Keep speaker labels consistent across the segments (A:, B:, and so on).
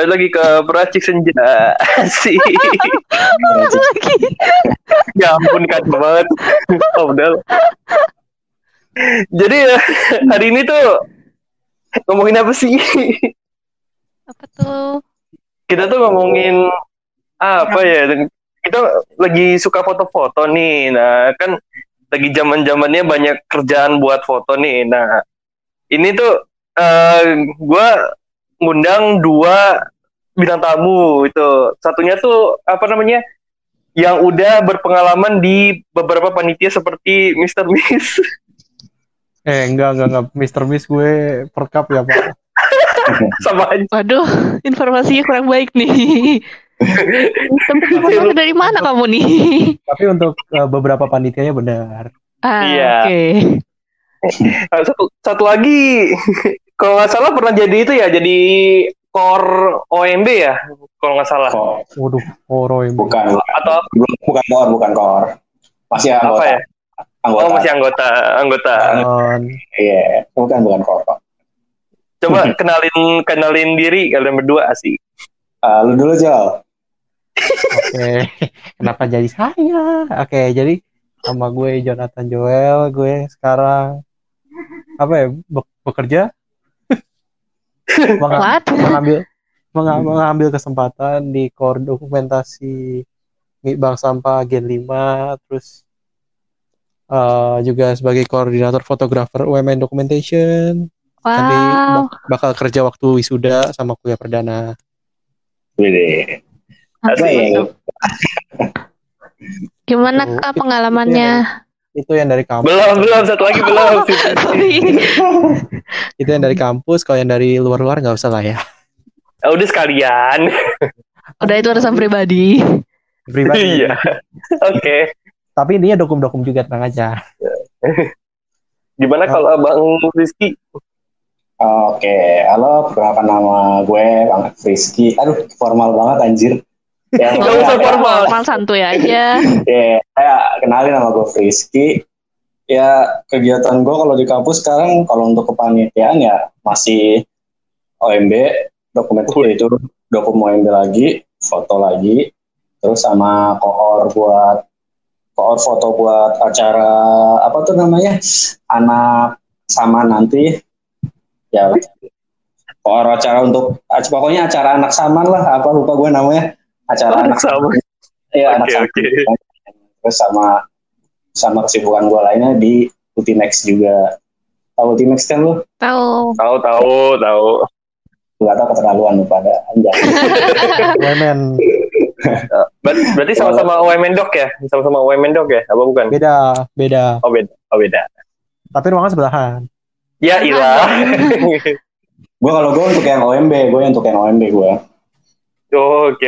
A: kembali lagi ke Peracik Senja. Sih.
B: Lagi.
A: Ya ampun kan banget. Oh, udah. Jadi hari ini tuh ngomongin apa sih?
B: Apa tuh?
A: Kita tuh ngomongin apa ya? Kita lagi suka foto-foto nih. Nah, kan lagi zaman-zamannya banyak kerjaan buat foto nih. Nah, ini tuh gue ngundang dua bintang tamu itu. Satunya tuh apa namanya? Yang udah berpengalaman di beberapa panitia seperti Mr. Miss.
C: Enggak. Mr. Miss gue per cup ya, Pak.
A: Sama aja.
B: Waduh, informasinya kurang baik nih. Tempat informasi dari mana kamu nih?
C: Tapi untuk beberapa panitianya benar.
A: Iya.
B: Oke.
A: Satu lagi, kalau nggak salah pernah jadi itu ya, jadi core OMB ya, kalau nggak salah.
C: Waduh, Roy.
D: Bukan.
A: Atau
D: Bukan core. Masih anggota.
A: apa ya? Oh, masih anggota.
D: Iya, bukan core.
A: Coba kenalin diri kalian berdua asik.
D: Lu dulu, Jal.
C: Oke. Kenapa jadi saya? Oke, jadi sama gue Jonathan Joel, gue sekarang apa ya? Bekerja
B: What?
C: mengambil kesempatan di core dokumentasi Bank Sampah Gen 5, terus juga sebagai koordinator fotografer UMN Documentation. Nanti
B: Wow.
C: bakal kerja waktu wisuda sama kuliah perdana.
D: Wih.
A: Asik.
B: Gimana
C: Tuh,
B: pengalamannya?
C: Itu yang dari kampus.
A: Belum, satu lagi belum.
C: Itu yang dari kampus, kalau yang dari luar nggak usah lah ya.
A: Udah sekalian.
B: Udah itu urusan pribadi.
C: Pribadi.
A: Iya. Oke.
C: Tapi intinya dokum-dokum juga, tenang aja.
A: Gimana kalau Bang Rizky?
D: Oke, halo, perkenalkan nama gue Bang Rizky. Aduh, formal banget anjir. Ya,
A: Nggak usah formal.
B: Formal santuy aja.
D: saya kenalin nama gue Rizky. Ya, kegiatan gue kalau di kampus sekarang, kalau untuk kepanitiaan ya masih OMB, dokumentasi itu dokum OMB lagi, foto lagi, terus sama koor foto buat acara apa tuh namanya, anak sama nanti ya, koor acara untuk pokoknya acara anak saman lah, apa lupa gue namanya, acara anak
A: sama.
D: Iya, anak saman.
A: Oke.
D: Terus sama kesibukan gue lainnya di Ultimax juga. Tahu Ultimax kan lu?
B: Tahu.
A: Tahu.
D: Gak tau keterlaluan lu pada anjay.
C: Women.
A: Berarti sama-sama UMN Doc ya? Sama-sama UMN Doc ya? Apa bukan?
C: Beda.
A: Oh beda.
C: Tapi ruangan sebelahan.
A: Ya ilah.
D: Gue untuk yang OMB gue.
A: Oke.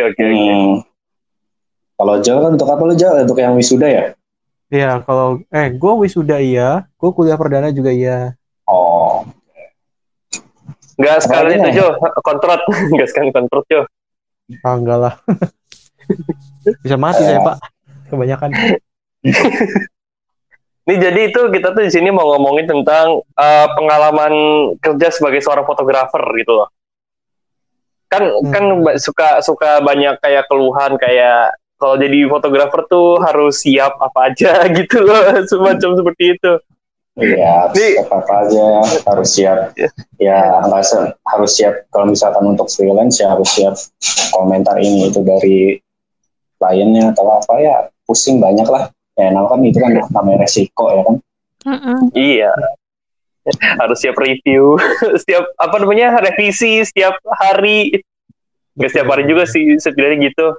D: Kalau Jal kan untuk apa lu, Jal? Untuk yang wisuda ya?
C: Iya, kalau gue wisuda iya, gue kuliah perdana juga iya.
D: Oh.
A: Nggak sekalian itu Jo, kontrot Jo.
C: Enggak lah. Bisa mati saya, Pak. Kebanyakan.
A: Ini jadi itu kita tuh di sini mau ngomongin tentang pengalaman kerja sebagai seorang fotografer gitu loh. Kan suka banyak kayak keluhan kayak kalau jadi fotografer tuh harus siap apa aja gitu loh, semacam seperti itu.
D: Iya, apa aja harus siap. Ya, harus siap kalau misalkan untuk freelance ya harus siap komentar ini itu dari kliennya atau apa ya, pusing banyak lah. Ya, kan itu kan namanya resiko ya kan.
A: Iya. Harus siap review, setiap revisi setiap hari. Nggak setiap hari juga sih setidaknya gitu.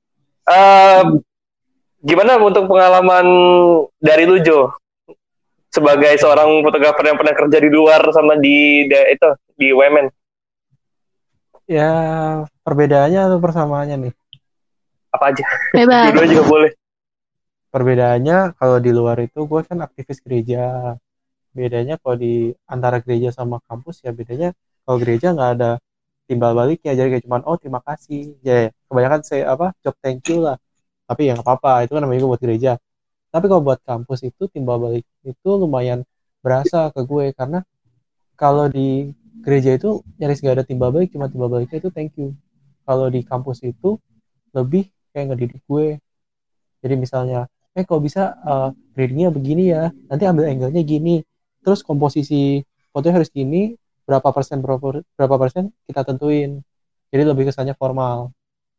A: Gimana untuk pengalaman dari lu Jo? Sebagai seorang fotografer yang pernah kerja di luar sama di Women.
C: Ya, perbedaannya atau persamaannya nih?
A: Apa aja?
B: Bebas.
A: Dua juga boleh.
C: Perbedaannya kalau di luar itu gue kan aktivis gereja. Bedanya kalau di antara gereja sama kampus ya bedanya kalau gereja nggak ada timbal baliknya, jadi kayak cuman terima kasih. Ya, kebanyakan job thank you lah. Tapi ya nggak apa-apa, itu kan namanya juga buat gereja. Tapi kalau buat kampus itu timbal balik itu lumayan berasa ke gue, karena kalau di gereja itu nyaris gak ada timbal balik, cuma timbal baliknya itu thank you. kalau di kampus itu lebih kayak ngedidik gue. Jadi misalnya, kalau bisa gradingnya begini ya, nanti ambil angle-nya gini, terus komposisi fotonya harus gini, berapa persen kita tentuin. Jadi lebih kesannya formal.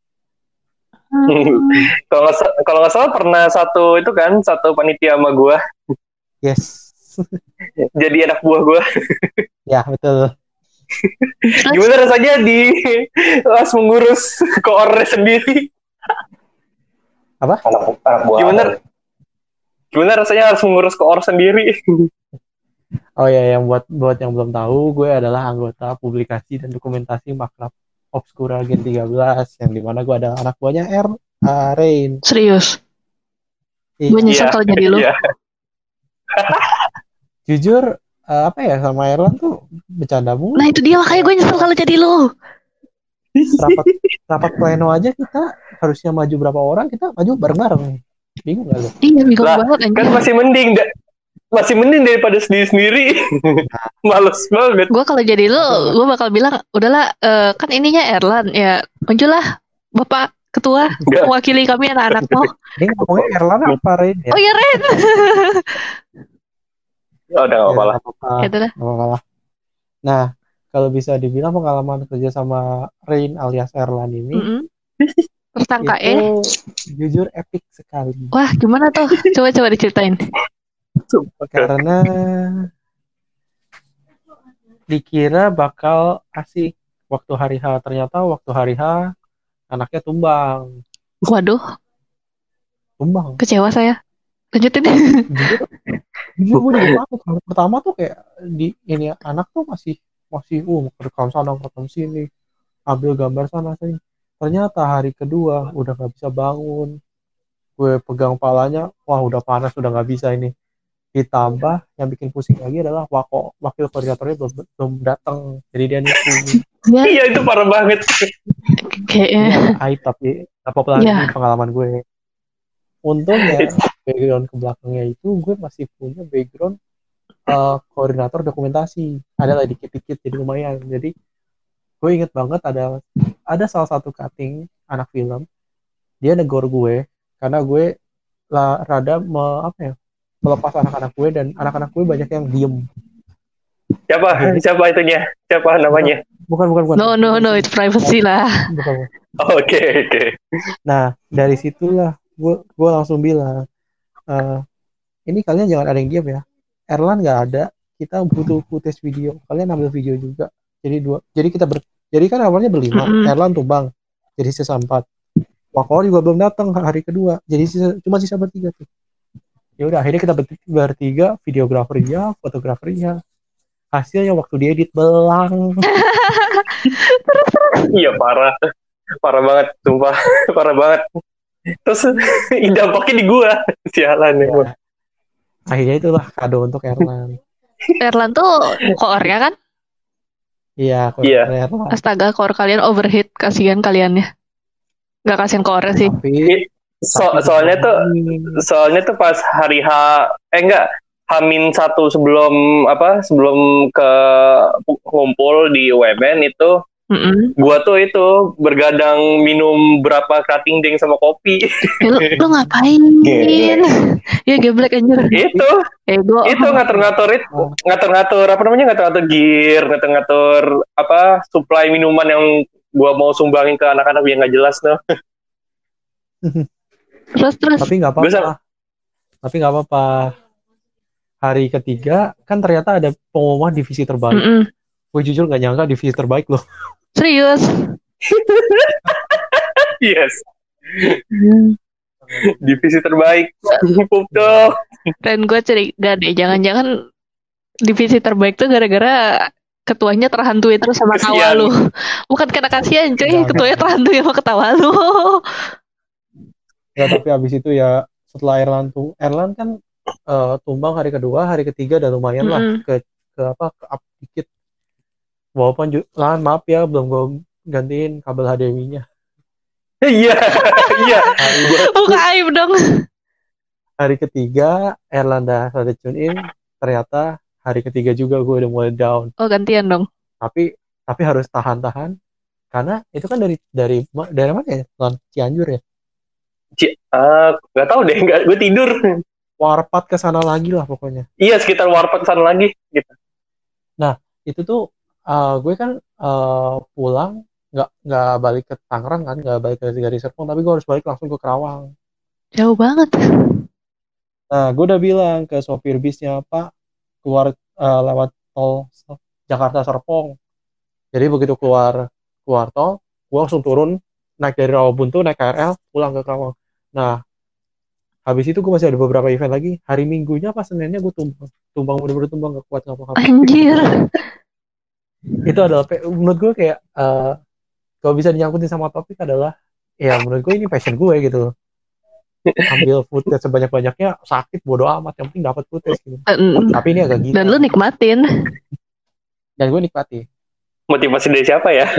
A: Kalau nggak salah pernah satu panitia sama gue,
C: Yes.
A: jadi anak buah gue.
C: Ya, betul.
A: Gimana rasanya harus mengurus koornya sendiri?
D: Anak buah.
A: Gimana rasanya harus mengurus koor sendiri?
C: Oh ya, yang buat yang belum tahu, gue adalah anggota publikasi dan dokumentasi Makrab Obscura Gen 13, yang dimana gue adalah anak buahnya Rain.
B: Serius. Gue nyesel kalau jadi lu.
A: Iya.
C: Jujur, apa ya, sama Erlan tuh bercanda mulu.
B: Nah itu dia, makanya gue nyesel kalau jadi lu.
C: Rapat pleno aja kita harusnya maju berapa orang, kita maju bareng-bareng. Bingung gak lu?
B: Iya, bingung
A: Lah,
B: banget anjir.
A: kan masih mending daripada sendiri-sendiri. Males banget.
B: Gue kalau jadi lu, gue bakal bilang, udahlah, kan ininya Erlan, ya majulah Bapak Ketua,
A: Enggak.
B: mewakili kami anak-anakmu.
C: Ini ngomongnya Erlan apa Rain ya?
B: Oh iya Ren.
A: Ya udah nggak apa-apa lah.
B: Itu dah.
C: Nggak apa-apa. Nah, kalau bisa dibilang pengalaman kerja sama Rain alias Erlan ini,
B: Mm-mm. Tersangka
C: itu jujur epic sekali.
B: Wah gimana tuh? Coba diceritain.
C: Karena dikira bakal asik waktu hari H, ternyata waktu hari H anaknya tumbang.
B: Waduh, kecewa saya. Lanjutin.
C: Jujur gue juga takut. Pertama tuh kayak ini anak tuh masih rekam sana rekam sini, ambil gambar sana sini. Ternyata hari kedua udah nggak bisa bangun. Gue pegang palanya, wah udah panas, udah nggak bisa ini. Ditambah yang bikin pusing lagi adalah wakil koordinatornya belum datang, jadi dia nipu.
A: Iya itu parah banget.
B: Kayaknya
C: Aib, tapi apa lagi pengalaman gue. Untungnya background ke belakangnya itu gue masih punya background koordinator dokumentasi, ada lah dikit-dikit, jadi lumayan. Jadi gue inget banget ada salah satu cutting anak film, dia negor gue karena gue rada melepas anak-anak gue, dan anak-anak gue banyak yang diem.
A: Siapa itunya? Siapa namanya?
C: Bukan.
B: No, it's privacy lah.
C: Bukan.
A: Oke.
C: Nah, dari situlah gue langsung bilang, ini kalian jangan ada yang diam ya. Erlan nggak ada, kita butuh footage video. Kalian ambil video juga. Jadi kan awalnya berlima. Erlan tumbang, jadi sisa 4. Wakor juga belum datang hari kedua, jadi cuma sisa bertiga tuh. Ya udah, akhirnya kita bertiga, videografer ya, fotografer ya. Hasilnya waktu diedit belang.
A: Iya parah banget, sumpah parah banget. Terus dampaknya di gua, sialan ya.
C: Akhirnya itulah kado untuk Erlan.
B: Erlan tuh koornya kan?
C: Iya.
B: Erlan. Astaga, koor kalian overheat, kasihan kaliannya. Gak kasihan koornya sih.
A: Soalnya tuh pas hari H, H-1 sebelum ke kumpul di UMN itu, gua tuh itu bergadang minum berapa cutting ding sama kopi.
B: Lu ngapain? Ya geblek anjir.
A: Itu ngatur-ngatur gear, ngatur supply minuman yang gua mau sumbangin ke anak-anak yang nggak jelas tuh.
B: Terus.
C: Tapi nggak apa-apa. Hari ketiga kan ternyata ada pengumuman divisi terbaik. Gue jujur nggak nyangka divisi terbaik loh.
B: Serius?
A: Yes. Divisi terbaik. Dok.
B: Dan gue curiga deh, jangan-jangan divisi terbaik tuh gara-gara ketuanya terhantui terus sama tawa lu. Bukan karena kasihan cuy, ketuanya terhantui sama ketawa lu.
C: Ya tapi abis itu ya setelah Erlan kan tumbang hari kedua, hari ketiga udah lumayan lah ke up dikit. Walaupun maaf ya, belum gue gantiin kabel HDMI-nya.
A: Iya.
B: Buka aib dong.
C: Hari ketiga Erlan udah tune in, ternyata hari ketiga juga gue udah mulai down.
B: Oh gantian dong.
C: Tapi harus tahan. Karena itu kan dari mana ya? Cianjur ya.
A: Nggak tahu deh, gue tidur.
C: Warpat ke sana lagi lah pokoknya.
A: Iya, sekitar Warpat sana lagi gitu.
C: Nah, itu tuh gue kan pulang nggak balik ke Tangerang kan, nggak balik dari Serpong, tapi gue harus balik langsung ke Kerawang.
B: Jauh banget.
C: Nah, gue udah bilang ke sopir bisnya, Pak, keluar lewat tol Jakarta Serpong. Jadi begitu keluar tol, gue langsung turun, naik dari Rawabuntu, naik KRL, pulang ke Kerawang. Nah, habis itu gue masih ada beberapa event lagi. Hari Minggunya pas Seninnya gue tumbang bener-bener tumbang, gak kuat ngapa-ngapa.
B: Anjir.
C: Itu adalah menurut gue kayak kalau bisa dinyangkutin sama topik adalah ya menurut gue ini passion gue gitu. Ambil footage sebanyak-banyaknya, sakit bodo amat, yang penting dapat footage gitu. Tapi ini agak gila.
B: Dan lu nikmatin.
C: Dan gue nikmati.
A: Motivasi dari siapa ya?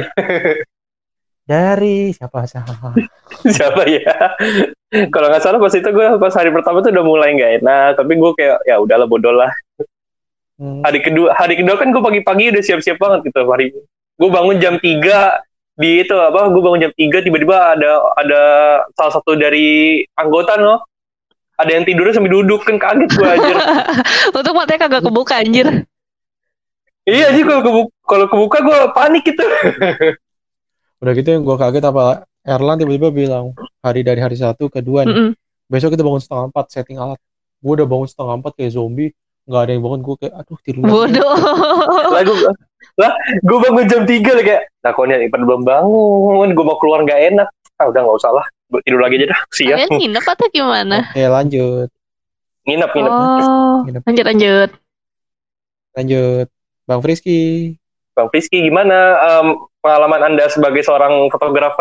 C: Dari siapa
A: Siapa ya? Kalau nggak salah pas itu gue pas hari pertama tuh udah mulai nggak enak, tapi gue kayak ya udahlah bodoh lah. Hari kedua kan gue pagi-pagi udah siap-siap banget gitu hari. Gue bangun jam 3 di itu apa? Gue bangun jam 3 tiba-tiba ada salah satu dari anggota ada yang tidurnya sambil duduk, kan kaget gue anjir.
B: Untuk matanya kagak kebuka anjir.
A: Iya sih, kalau kebuka gue panik gitu.
C: Udah gitu yang gue kaget apa Erlan tiba-tiba bilang dari hari 1 ke 2 nih. Besok kita bangun 3:30 setting alat. Gue udah bangun 3:30 kayak zombie, nggak ada yang bangun, gue kayak aduh tidur lagi.
B: Bodoh.
A: Gue bangun jam 3 lah kayak takutnya belum bangun, gue mau keluar nggak enak. Udah nggak usah lah, tidur lagi aja dah. Siap.
B: Kalian nginep atau gimana?
C: Oke, lanjut.
A: Nginep.
B: Oh,
C: Nginep.
B: lanjut.
C: Bang Frisky
A: gimana pengalaman Anda sebagai seorang fotografer?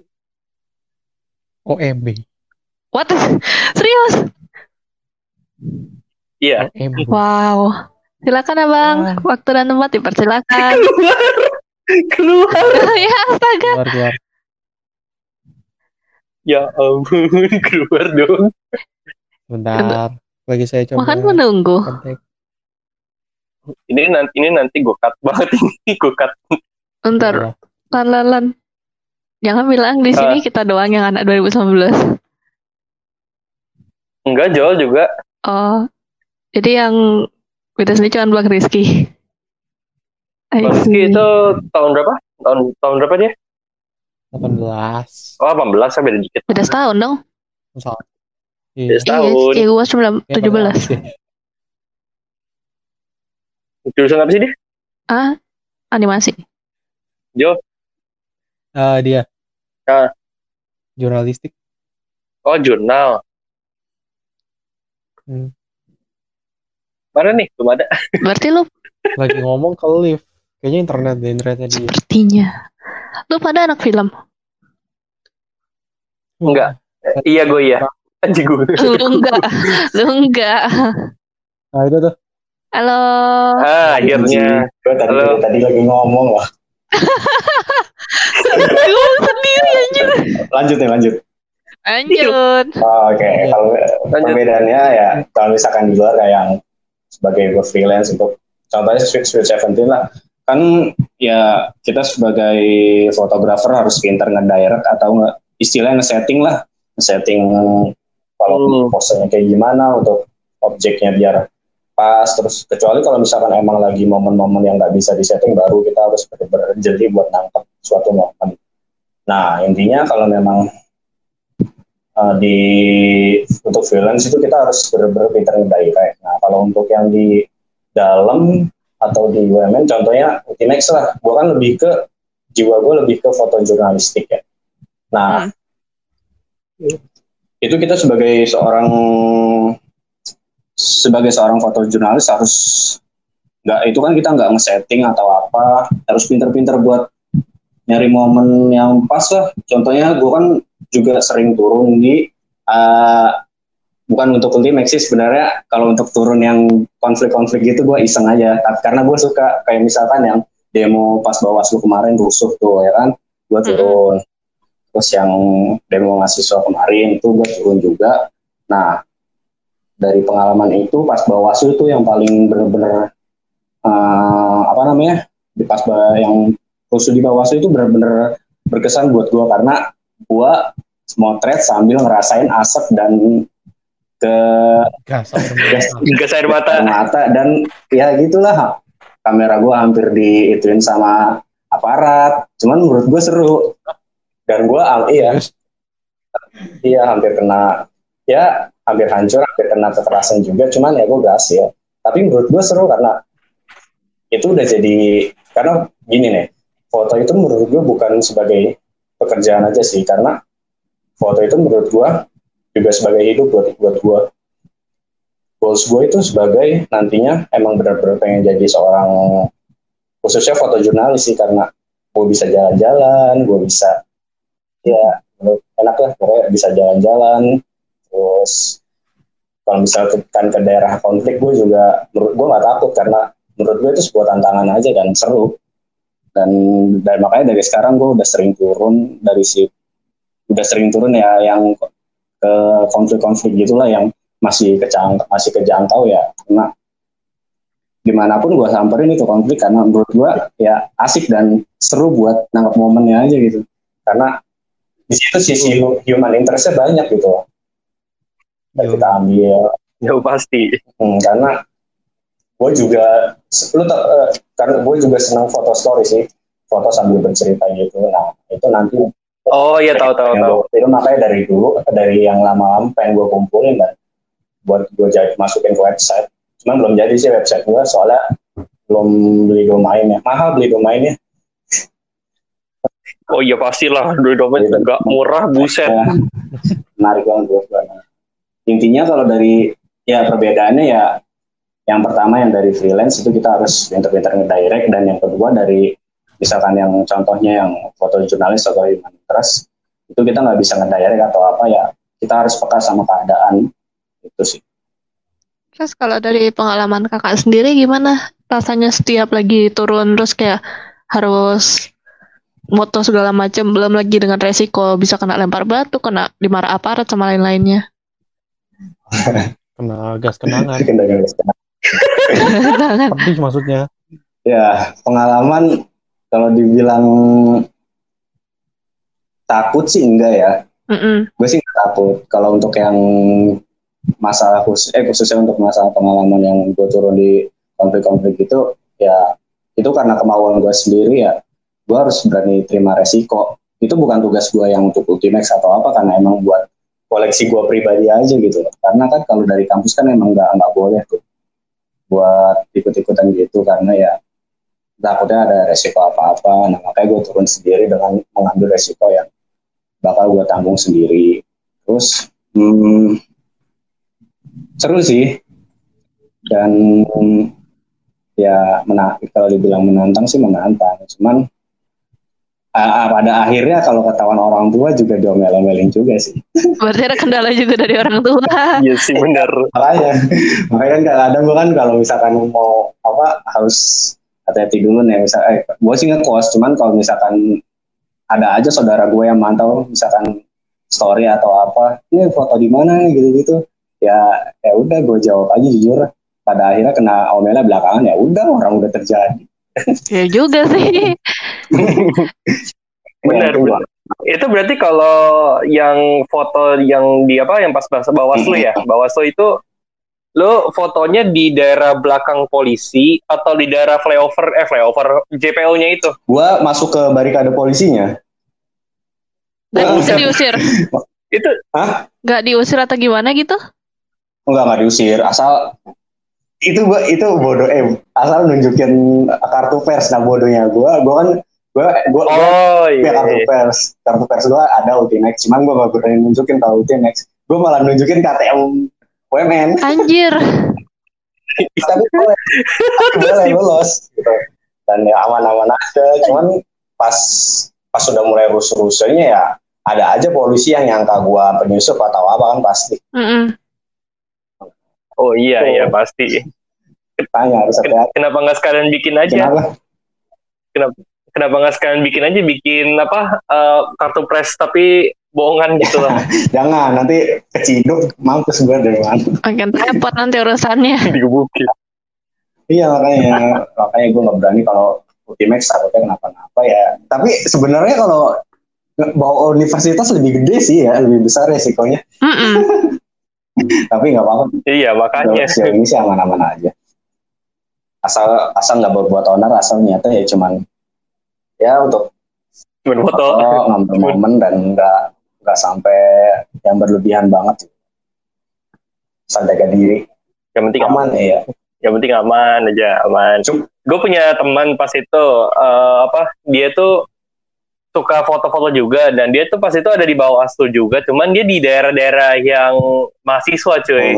C: OMB.
B: What? Serius?
A: Iya.
C: OMB.
B: Wow. Silakan abang, waktu dan tempat dipersilakan.
A: Keluar.
B: Ya astaga.
C: Keluar.
A: Ya ampun, keluar dong.
C: Bentar, lagi saya coba.
B: Makan menunggu.
C: Kontak.
A: Ini nanti gue cut banget ini, gue cut.
B: Bentar, lan. Jangan bilang di sini kita doang yang anak 2019.
A: Enggak, Joel juga.
B: Oh, jadi yang beda sini cuma Bang Rizky.
A: Bang Rizky itu tahun berapa? Tahun berapa dia?
C: 18.
A: Oh, 18, saya beda dikit.
B: Beda setahun dong.
A: Beda setahun.
B: Iya, gue 17.
A: Jurusan apa sih dia?
B: Animasi.
A: Jo?
C: Dia. Jurnalistik.
A: Oh, jurnal. Mana nih? Belum ada.
B: Berarti lu
C: Lagi ngomong ke lift. Kayaknya internetnya dia.
B: sepertinya. Lu pada anak film?
A: Enggak. Iya, gue iya. Anjing gue.
B: Lu enggak.
C: Nah, itu tuh.
B: Halo.
A: Akhirnya.
D: Gue tadi lagi ngomong lah.
B: Gue sendiri anjir.
D: Lanjut. Oke. Kalau perbedaannya ya, kalau misalkan di luar kayak yang sebagai freelance untuk contohnya Sweet 17 lah, kan ya kita sebagai fotografer harus pintar ngedirect atau istilahnya nge-setting kalau posenya kayak gimana untuk objeknya biar pas. Terus kecuali kalau misalkan emang lagi momen-momen yang nggak bisa disetting, baru kita harus benar-benar jeli buat nangkep suatu momen. Nah intinya kalau memang untuk freelance itu kita harus benar-benar pintar ngedirect. Nah kalau untuk yang di dalam atau di UMN contohnya Ultimax lah, gue kan lebih ke jiwa gue lebih ke foto jurnalistik ya. Nah itu kita sebagai seorang fotojurnalis harus itu kan kita nggak nge-setting atau apa, harus pinter-pinter buat nyari momen yang pas lah. Contohnya gue kan juga sering turun di bukan untuk Ultimax sih sebenarnya, kalau untuk turun yang konflik-konflik gitu gue iseng aja, karena gue suka kayak misalkan yang demo pas Bawaslu kemarin rusuh tuh ya kan, gue turun. Terus yang demo mahasiswa kemarin itu gue turun juga. Nah dari pengalaman itu pas Bawaslu tuh yang paling bener-bener pas yang rusuh di Bawaslu itu benar-benar berkesan buat gue karena gue motret sambil ngerasain asap dan ke
A: gas air mata.
D: Dan ya gitulah, kamera gue hampir diituin sama aparat, cuman menurut gue seru dan gue hampir kena, ya hampir hancur, hampir kena kekerasan juga, cuman ya gue berhasil. Tapi menurut gue seru karena itu udah jadi, karena gini nih, foto itu menurut gue bukan sebagai pekerjaan aja sih, karena foto itu menurut gue juga sebagai hidup buat gue. Goals gue itu sebagai nantinya emang benar-benar pengen jadi seorang, khususnya fotojurnalis sih, karena gue bisa jalan-jalan, gue bisa ya enak lah pokoknya bisa jalan-jalan. Terus kalau misalkan ke daerah konflik, gue juga menurut gue nggak takut karena menurut gue itu sebuah tantangan aja dan seru. Dan makanya dari sekarang gue udah sering turun ya yang ke konflik-konflik gitulah yang masih kejangkau ya, karena dimanapun gue samperin itu konflik karena menurut gue ya asik dan seru buat nangkep momennya aja gitu, karena di situ sisi human interestnya banyak gitu dan kita ambil.
A: Ya pasti.
D: Karena gue juga karena gue juga senang foto story sih, foto sambil bercerita gitu. Nah itu nanti tahu. Itu makanya dari yang lama-lama pengen gue kumpulin dan buat gue masukin ke website. Cuman belum jadi sih website gue, soalnya belum beli domainnya. Mahal beli domainnya.
A: Oh iya pastilah, beli domain nggak murah, buset.
D: Menarik banget buat gue. Intinya kalau dari ya perbedaannya ya, yang pertama yang dari freelance itu kita harus pinter-pinter ngedirect, dan yang kedua dari misalkan yang contohnya yang foto jurnalis atau human interest itu kita nggak bisa ngedirect atau apa ya, kita harus peka sama keadaan itu sih.
B: Terus kalau dari pengalaman kakak sendiri gimana rasanya setiap lagi turun terus kayak harus moto segala macam, belum lagi dengan resiko bisa kena lempar batu, kena dimarah aparat sama lain-lainnya.
C: Kena gas kenangan.
B: Pedih
C: maksudnya.
D: Ya pengalaman kalau dibilang takut sih enggak ya. Gue sih nggak takut. Kalau untuk yang masalah khususnya untuk masalah pengalaman yang gue turun di konflik-konflik itu, ya itu karena kemauan gue sendiri ya. Gue harus berani terima resiko. Itu bukan tugas gue yang untuk Ultimax atau apa, karena emang buat koleksi gue pribadi aja gitu. Karena kan kalau dari kampus kan emang nggak boleh tuh buat ikut-ikutan gitu, karena ya takutnya ada resiko apa-apa. Nah makanya gue turun sendiri dengan mengambil resiko yang bakal gue tanggung sendiri. Terus seru sih, dan ya kalau dibilang menantang sih menantang, cuman pada akhirnya kalau ketahuan orang tua juga diomel-omelin juga sih.
B: Berarti ada kendala juga dari orang tua.
A: Iya sih benar.
D: Makanya kan kadang gue kan kalau misalkan mau harus hati-hati dulu nih, misalnya gue sih ngekos, cuman kalau misalkan ada aja saudara gue yang mantau misalkan story atau apa, ini foto di mana nih gitu-gitu, ya udah gue jawab aja jujur. Pada akhirnya kena omelnya belakangan, ya udah orang udah terjadi.
B: Ya juga sih.
A: Benar. Itu berarti kalau yang foto yang di yang pas Bawaslu ya, Bawaslu itu lo fotonya di daerah belakang polisi atau di daerah flyover JPO-nya itu?
D: Gua masuk ke barikade polisinya.
B: Dan bisa diusir?
A: Itu?
B: Nggak diusir atau gimana gitu?
D: Nggak diusir, asal itu bodoh, asal nunjukin kartu pers. Nah bodohnya gue kan kartu pers gue ada Ultimax, cuman gue nggak berani nunjukin kalau Ultimax, gue malah nunjukin KTM WMN.
B: Anjir.
D: Tapi boleh lolos gitu, dan ya aman-aman aja. Cuman pas sudah mulai rusuh-rusuhnya ya ada aja polisi yang nyangka gue penyusup atau apa kan pasti.
A: Oh iya pasti.
D: Tanya harus hati-hati.
A: Kenapa nggak sekalian bikin aja? Kenapa nggak sekalian bikin kartu pres tapi bohongan gitu loh?
D: Jangan, nanti keciduk mampus gue dari mana.
B: Makin repot nanti urusannya.
A: Digebukin.
D: Iya makanya gue nggak berani kalau Ultimax takutnya kenapa-napa ya. Tapi sebenarnya kalau bawa universitas lebih gede sih ya, lebih besar resikonya. Tapi nggak apa-apa.
A: Iya, makanya.
D: Sejauh ini sih aman-aman aja. Asal nggak berbuat onar, asal niatnya ya cuman ya untuk
A: Berfoto.
D: ngambil momen dan nggak sampai yang berlebihan banget. Sadar diri.
A: Yang penting
D: Aman ya.
A: Yang penting aman aja, aman. Gue punya teman pas itu dia tuh suka foto-foto juga, dan dia tuh pas itu ada di bawah Astu juga, cuman dia di daerah-daerah yang mahasiswa cuy.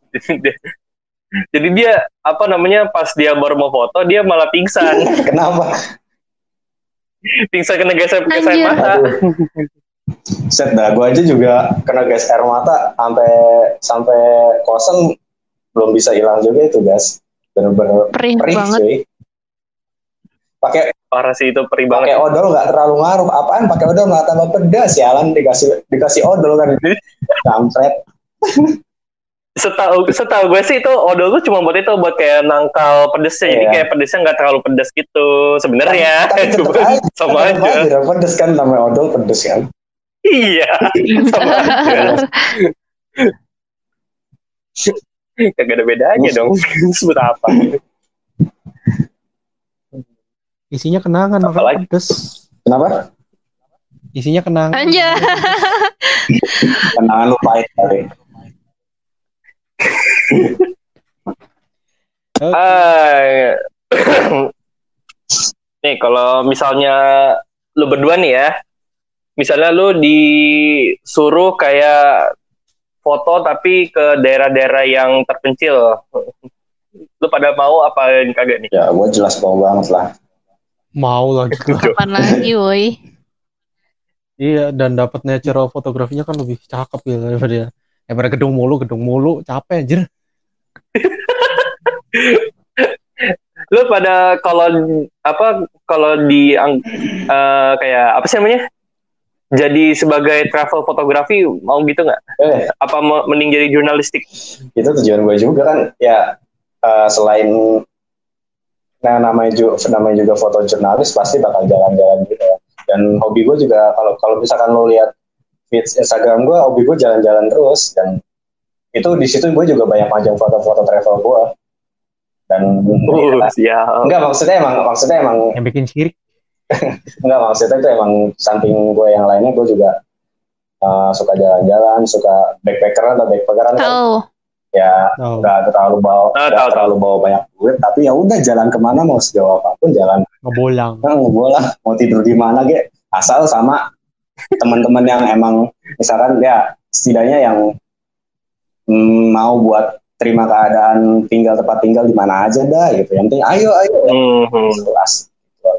A: Jadi dia pas dia baru mau foto dia malah pingsan.
D: Kenapa?
A: Pingsan kena gas air mata.
D: Set dah, gue aja juga kena gas air mata sampai kosan belum bisa hilang juga itu gas. Bener-bener
B: perih banget.
D: Cuy. Pakai
A: parah sih itu, perih banget.
D: Pakai odol nggak terlalu ngaruh. Apaan pakai odol nggak tambah pedas ya? Alan dikasih odol kan. Kampret.
A: Setahu gue sih itu odol tuh cuma buat kayak nangkal pedesnya. Jadi kayak pedesnya nggak terlalu pedas gitu sebenarnya. Sama aja.
D: Pedes kan, namanya odol pedes kan.
A: Iya. Sama aja. Kagak ada bedanya dong. Sebut apa?
C: Isinya kenangan, makanya pedes.
D: Kenapa?
C: Isinya kenangan.
B: Anjay.
D: Kenangan lu pahit kali.
A: Nih kalau misalnya lu berdua nih ya, misalnya lu disuruh kayak foto tapi ke daerah-daerah yang terpencil, lu pada mau apa kagak nih?
D: Ya gue jelas mau banget lah.
C: Mau lah gitu.
B: Kapan lagi woi?
C: Iya, dan dapat natural fotografinya kan lebih cakep gitu daripada gedung mulu capek anjir.
A: Lu pada kalau di kayak apa sih namanya? Jadi sebagai travel fotografi mau gitu nggak? Apa mending jadi jurnalistik?
D: Itu tujuan gue juga kan ya, selain namanya juga foto jurnalis pasti bakal jalan-jalan gitu ya. Dan hobi gue juga kalau misalkan lo lihat feed Instagram gue, hobi gue jalan-jalan terus, dan itu di situ gue juga banyak majang foto-foto travel gue. Dan enggak maksudnya emang
C: yang bikin sirik.
D: enggak, maksudnya itu emang samping gue yang lainnya gue juga suka jalan-jalan, suka backpackeran kan. Ya nggak terlalu bawa banyak duit, tapi ya udah jalan kemana mau sejauh apapun jalan.
C: Ngebolang
D: mau tidur di mana asal sama teman-teman yang emang misalkan ya setidaknya yang mau buat terima keadaan tempat tinggal di mana aja dah gitu. Yang penting ayo jelas.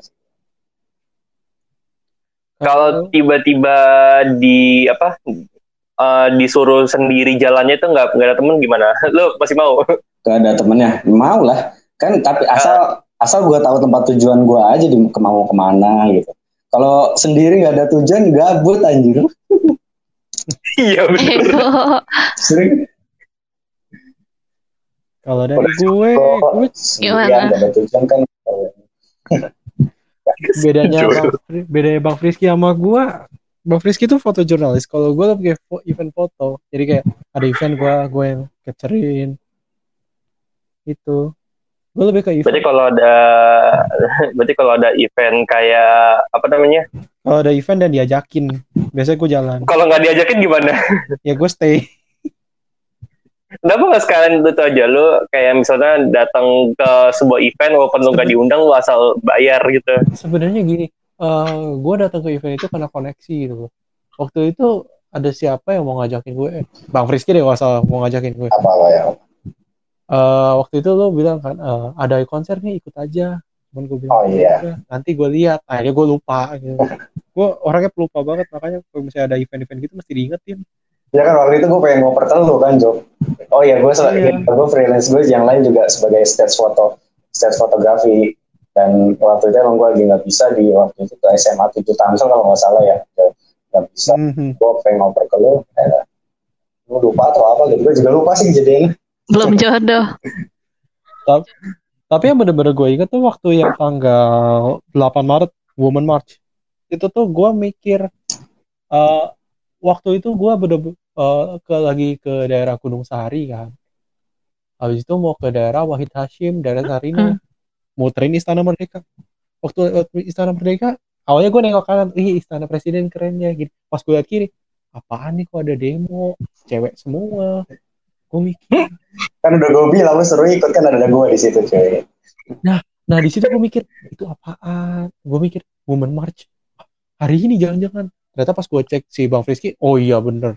A: Kalau tiba-tiba disuruh sendiri jalannya itu nggak ada temen gimana? Lo masih mau?
D: Gak ada temennya, mau lah kan, tapi asal gue tahu tempat tujuan gue aja mau kemana gitu. Kalau sendiri nggak ada tujuan, gabut anjir.
A: Iya betul.
D: Sering.
C: Kalau dari gue
B: gimana?
D: Nggak ada tujuan kan.
C: bedanya Bang Frisky sama gue. Bang Frisky tuh fotojurnalis, kalau gue lebih kayak event foto. Jadi kayak ada event gue yang capturein itu. Gue lebih ke event.
A: Berarti kalau ada event kayak apa namanya?
C: Kalau ada event dan diajakin, biasanya gue jalan.
A: Kalau nggak diajakin gimana?
C: Ya gue stay.
A: Kenapa nggak sekalian itu aja lu kayak misalnya datang ke sebuah event walaupun lu nggak diundang, lu asal bayar gitu?
C: Sebenarnya gini. Gue datang ke event itu karena koneksi gitu. Waktu itu ada siapa yang mau ngajakin gue? Bang Frisky deh asal mau ngajakin gue.
D: Apa ya?
C: Waktu itu lo bilang kan ada konser nih, ikut aja. Cuman gue bilang,
D: oh iya.
C: Nanti gue lihat. Akhirnya gue lupa. Gitu. Gue orangnya pelupa banget, makanya kalau misalnya ada event-event gitu mesti diingetin. Ya
D: kan waktu itu gue pengen ngoper lu kan, Jo. Oh iya, gue freelance gue yang lain juga sebagai stage fotografi. Dan waktu itu emang gue lagi nggak bisa di waktu itu ke SMA 7 Tangsel kalau nggak salah ya, nggak bisa. Gue pengen ngoper ke lu, lu lupa atau apa gitu. Gue juga lupa sih kejadiannya.
B: Belum jodoh.
C: Tapi yang bener-bener gue inget tuh waktu yang tanggal 8 Maret Women March. Itu tuh gue mikir eh, waktu itu gue bener lagi ke daerah Gunung Sahari kan. Habis itu mau ke daerah Wahid Hashim, daerah Sarina, muterin Istana Merdeka. Waktu Istana Merdeka, awalnya gue nengok kanan, Istana Presiden kerennya gitu. Pas gue liat kiri, apaan nih kok ada demo, cewek semua. Gue mikir,
D: Kan udah gue bilang lu seru ikut, kan ada gue di situ cuy.
C: nah di situ gue mikir itu apaan? Gue mikir Women March hari ini jangan-jangan. Ternyata pas gue cek si Bang Frisky, oh iya bener.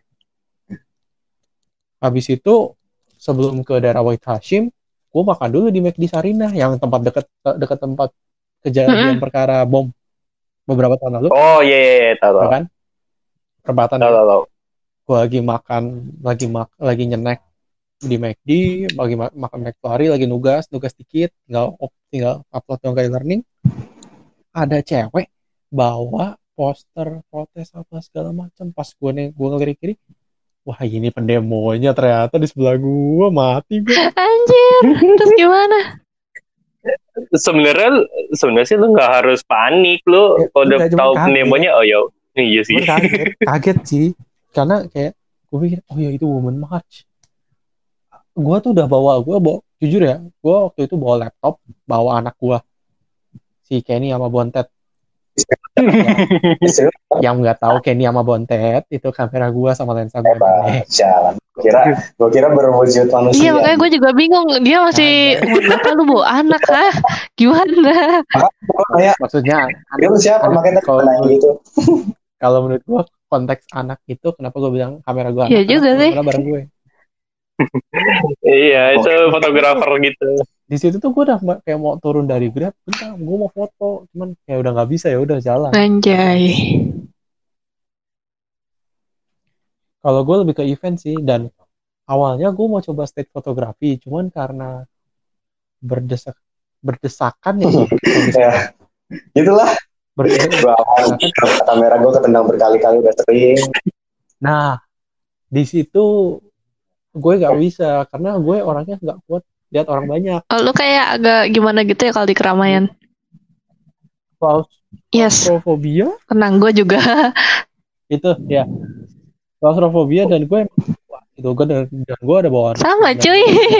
C: Habis itu sebelum ke daerah Wahid Hashim, gue makan dulu di McD Sarina yang tempat dekat tempat kejadian perkara bom beberapa tahun lalu.
A: Oh iya, tahu.
C: Tahu kan? Perbatasan.
A: Tahu.
C: Gue lagi makan, lagi nyenek di McD, lagi makan McFlurry, lagi nugas dikit, tinggal upload dong ke e-learning. Ada cewek bawa poster protes apa segala macam. Pas gue ngelirik kiri, wah ini pendemonya ternyata di sebelah gue, mati gue.
B: Anjir, terus gimana?
A: Sebenarnya sih lu nggak harus panik, lu kalau udah tahu pendemonya, oh ya iya sih.
C: Kaget sih, karena kayak gue pikir oh ya itu Women March. Gue tuh udah jujur ya, gue waktu itu bawa laptop, bawa anak gue si Kenny sama Bontet. Yang nggak tahu Kenny sama Bontet itu kamera gue sama lensa gue.
D: Jalan. Gue kira berwujud manusia.
B: Iya, makanya gue juga bingung. Dia masih apa lu bawa anak kah? Gimana?
C: Maksudnya
D: dia siapa makanya gitu.
C: Kalau menurut gue konteks anak itu kenapa gue bilang kamera gue anak?
B: Iya juga sih.
C: Karena bareng gue.
A: Iya, itu fotografer gitu.
C: Di situ tuh gue udah kayak mau turun dari Grab, bentar, gue mau foto, cuman kayak udah nggak bisa, ya udah jalan.
B: Anjay.
C: Kalau gue lebih ke event sih, dan awalnya gue mau coba state fotografi, cuman karena berdesakan ya.
D: Ya, itulah. Kamera gue ketendang berkali-kali udah sering.
C: Nah, di situ gue nggak bisa karena gue orangnya nggak kuat lihat orang banyak.
B: Oh, lu kayak agak gimana gitu ya kalau di keramaian?
C: Claustrophobia?
B: Tenang, gue juga.
C: Itu ya. Claustrophobia dan gue ada bawaan.
B: Sama cuy.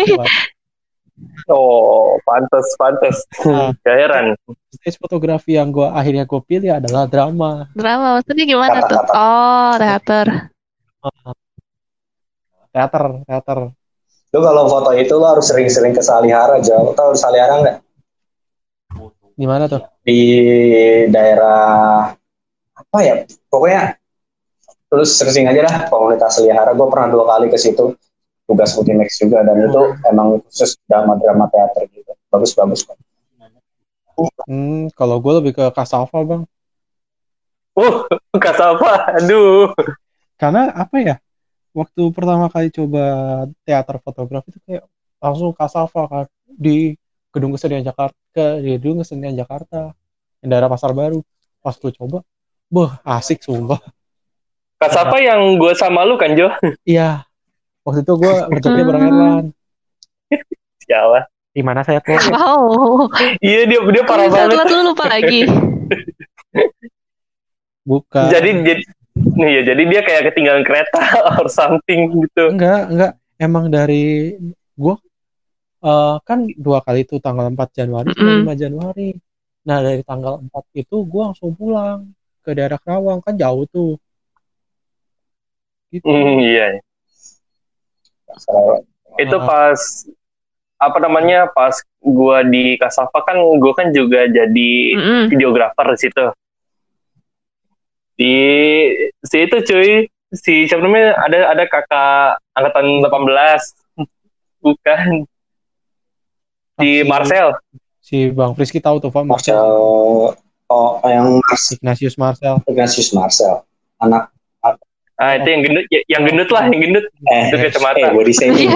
A: Oh, pantas. Gak heran.
C: Stage fotografi yang akhirnya gue pilih adalah drama.
B: Drama maksudnya gimana tuh? Oh,
C: teater.
D: Lu kalau foto itu lu harus sering-sering ke Salihara, Jauh. Tahu Salihara nggak?
C: Di mana tuh?
D: Di daerah apa ya? Pokoknya terus sering aja lah komunitas Salihara. Gue pernah 2 kali ke situ, tugas Ultimax juga, dan itu emang khusus drama teater gitu. Bagus kok.
C: Kalau gue lebih ke Kasava, Bang.
A: Kasava, aduh.
C: Karena apa ya? Waktu pertama kali coba teater fotografi itu kayak langsung Kasava kan di Gedung Kesenian Jakarta, di daerah Pasar Baru. Pas gue coba, asik sumpah.
A: Kasava yang gue sama lu kan, Jo?
C: Iya. Waktu itu gue ngerjainnya bareng Erlan.
A: Sialah.
C: Di mana saya tuh?
B: Wow.
A: Iya, dia parah banget.
B: Lu lupa lagi.
C: Bukan.
A: Jadi dia kayak ketinggalan kereta or something gitu.
C: Enggak. Emang dari gue kan 2 kali itu tanggal 4 Januari sama 5 Januari. Nah dari tanggal 4 itu gue langsung pulang ke daerah Kerawang, kan jauh tuh. Gitu.
A: Iya. Itu pas pas gue di Kasava kan gue kan juga jadi videografer di situ. Si itu cuy, siapa namanya, ada kakak angkatan 18, bukan, si Marcel.
C: Si Bang Frisky tahu tuh Pak
D: Marcel. Oh, yang
C: Ignatius Marcel.
D: Anak.
A: Itu yang gendut lah, itu kacamata.
D: Body shaming.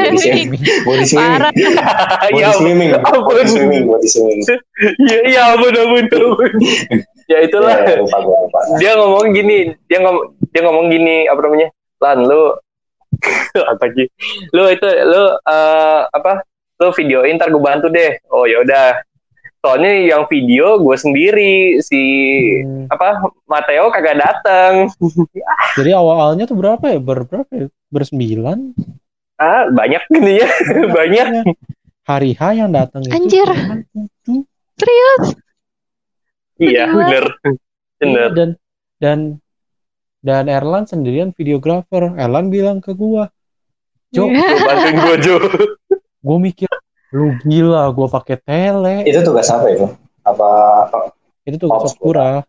A: Iya, ampun. Ya itulah. Lupa. Dia ngomong gini, apa namanya? Lan, lu apa sih? Lu lo videoin ntar gue bantu deh. Oh ya udah. Soalnya yang video gue sendiri, si Mateo kagak datang.
C: Jadi awalnya tuh berapa ya? Berapa ya? Bersembilan?
A: Banyak gini ya. Banyak.
C: Hari H yang datang itu
B: Anjir.
C: cuma 7.
B: Serius?
A: Iya, bener.
C: Iya, dan Erlan sendirian videografer. Erlan bilang ke gua, Jo,
A: bantuin gue Jo.
C: Gue mikir, lu gila, gue pakai tele.
D: Itu tugas apa itu? Apa?
C: Itu tugas Opkura.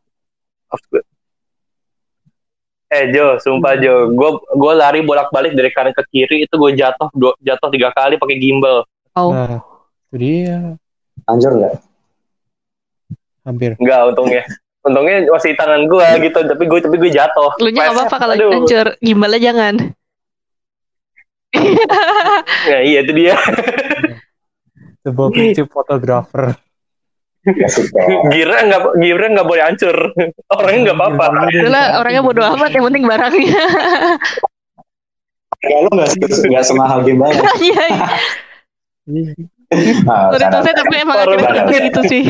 A: Jo, sumpah Jo, gue lari bolak-balik dari kanan ke kiri itu gue jatuh 3 kali pakai gimbal.
B: Oh.
C: Nah, itu dia.
D: Hancur nggak?
C: Hampir.
A: Enggak, untungnya masih tangan gue gitu, tapi gue jatuh.
B: Lu nya nggak apa-apa kalau hancur, gimbalnya jangan.
A: Nah, iya itu dia.
C: Sebuah prinsip fotografer.
A: Gira nggak boleh hancur. Orangnya nggak apa-apa.
B: Itulah orangnya bodo amat, yang penting barangnya.
D: Kalau nggak semahal gimana?
B: Iya. Saya tapi emang akhirnya gitu sih.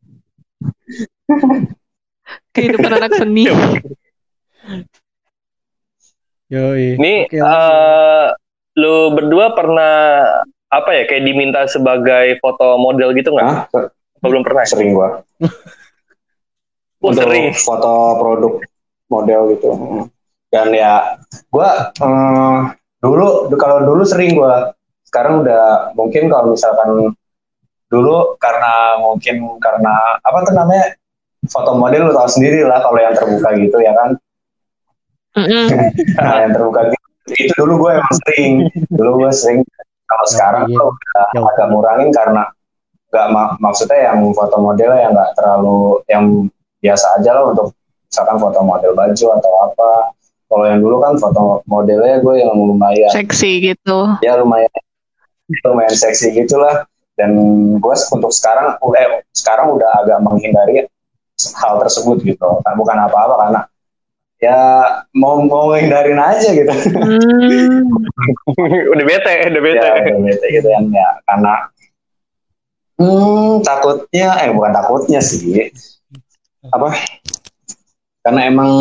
B: Kehidupan anak seni.
C: Yoi.
A: Nih, lu berdua pernah apa ya kayak diminta sebagai foto model gitu nggak? Belum pernah.
D: Sering gua. Untuk
A: sering
D: foto produk model gitu. Dan ya gua kalau dulu sering gua. Sekarang udah mungkin kalau misalkan dulu karena apa tuh namanya foto model lu tahu sendiri lah kalau yang terbuka gitu ya kan. Nah, yang terbuka gitu itu dulu gue emang sering. Kalau sekarang tuh udah agak ngurangin karena nggak maksudnya yang foto modelnya yang nggak terlalu yang biasa aja lah untuk misalkan foto model baju atau apa. Kalau yang dulu kan foto modelnya gue yang lumayan
B: seksi gitu.
D: Ya lumayan seksi gitulah. Dan gue untuk sekarang udah agak menghindari hal tersebut gitu. Bukan apa-apa karena ya mau hindarin aja gitu.
A: udah bete
D: ya, udah bete gitu kan ya karena takutnya bukan takutnya sih apa karena emang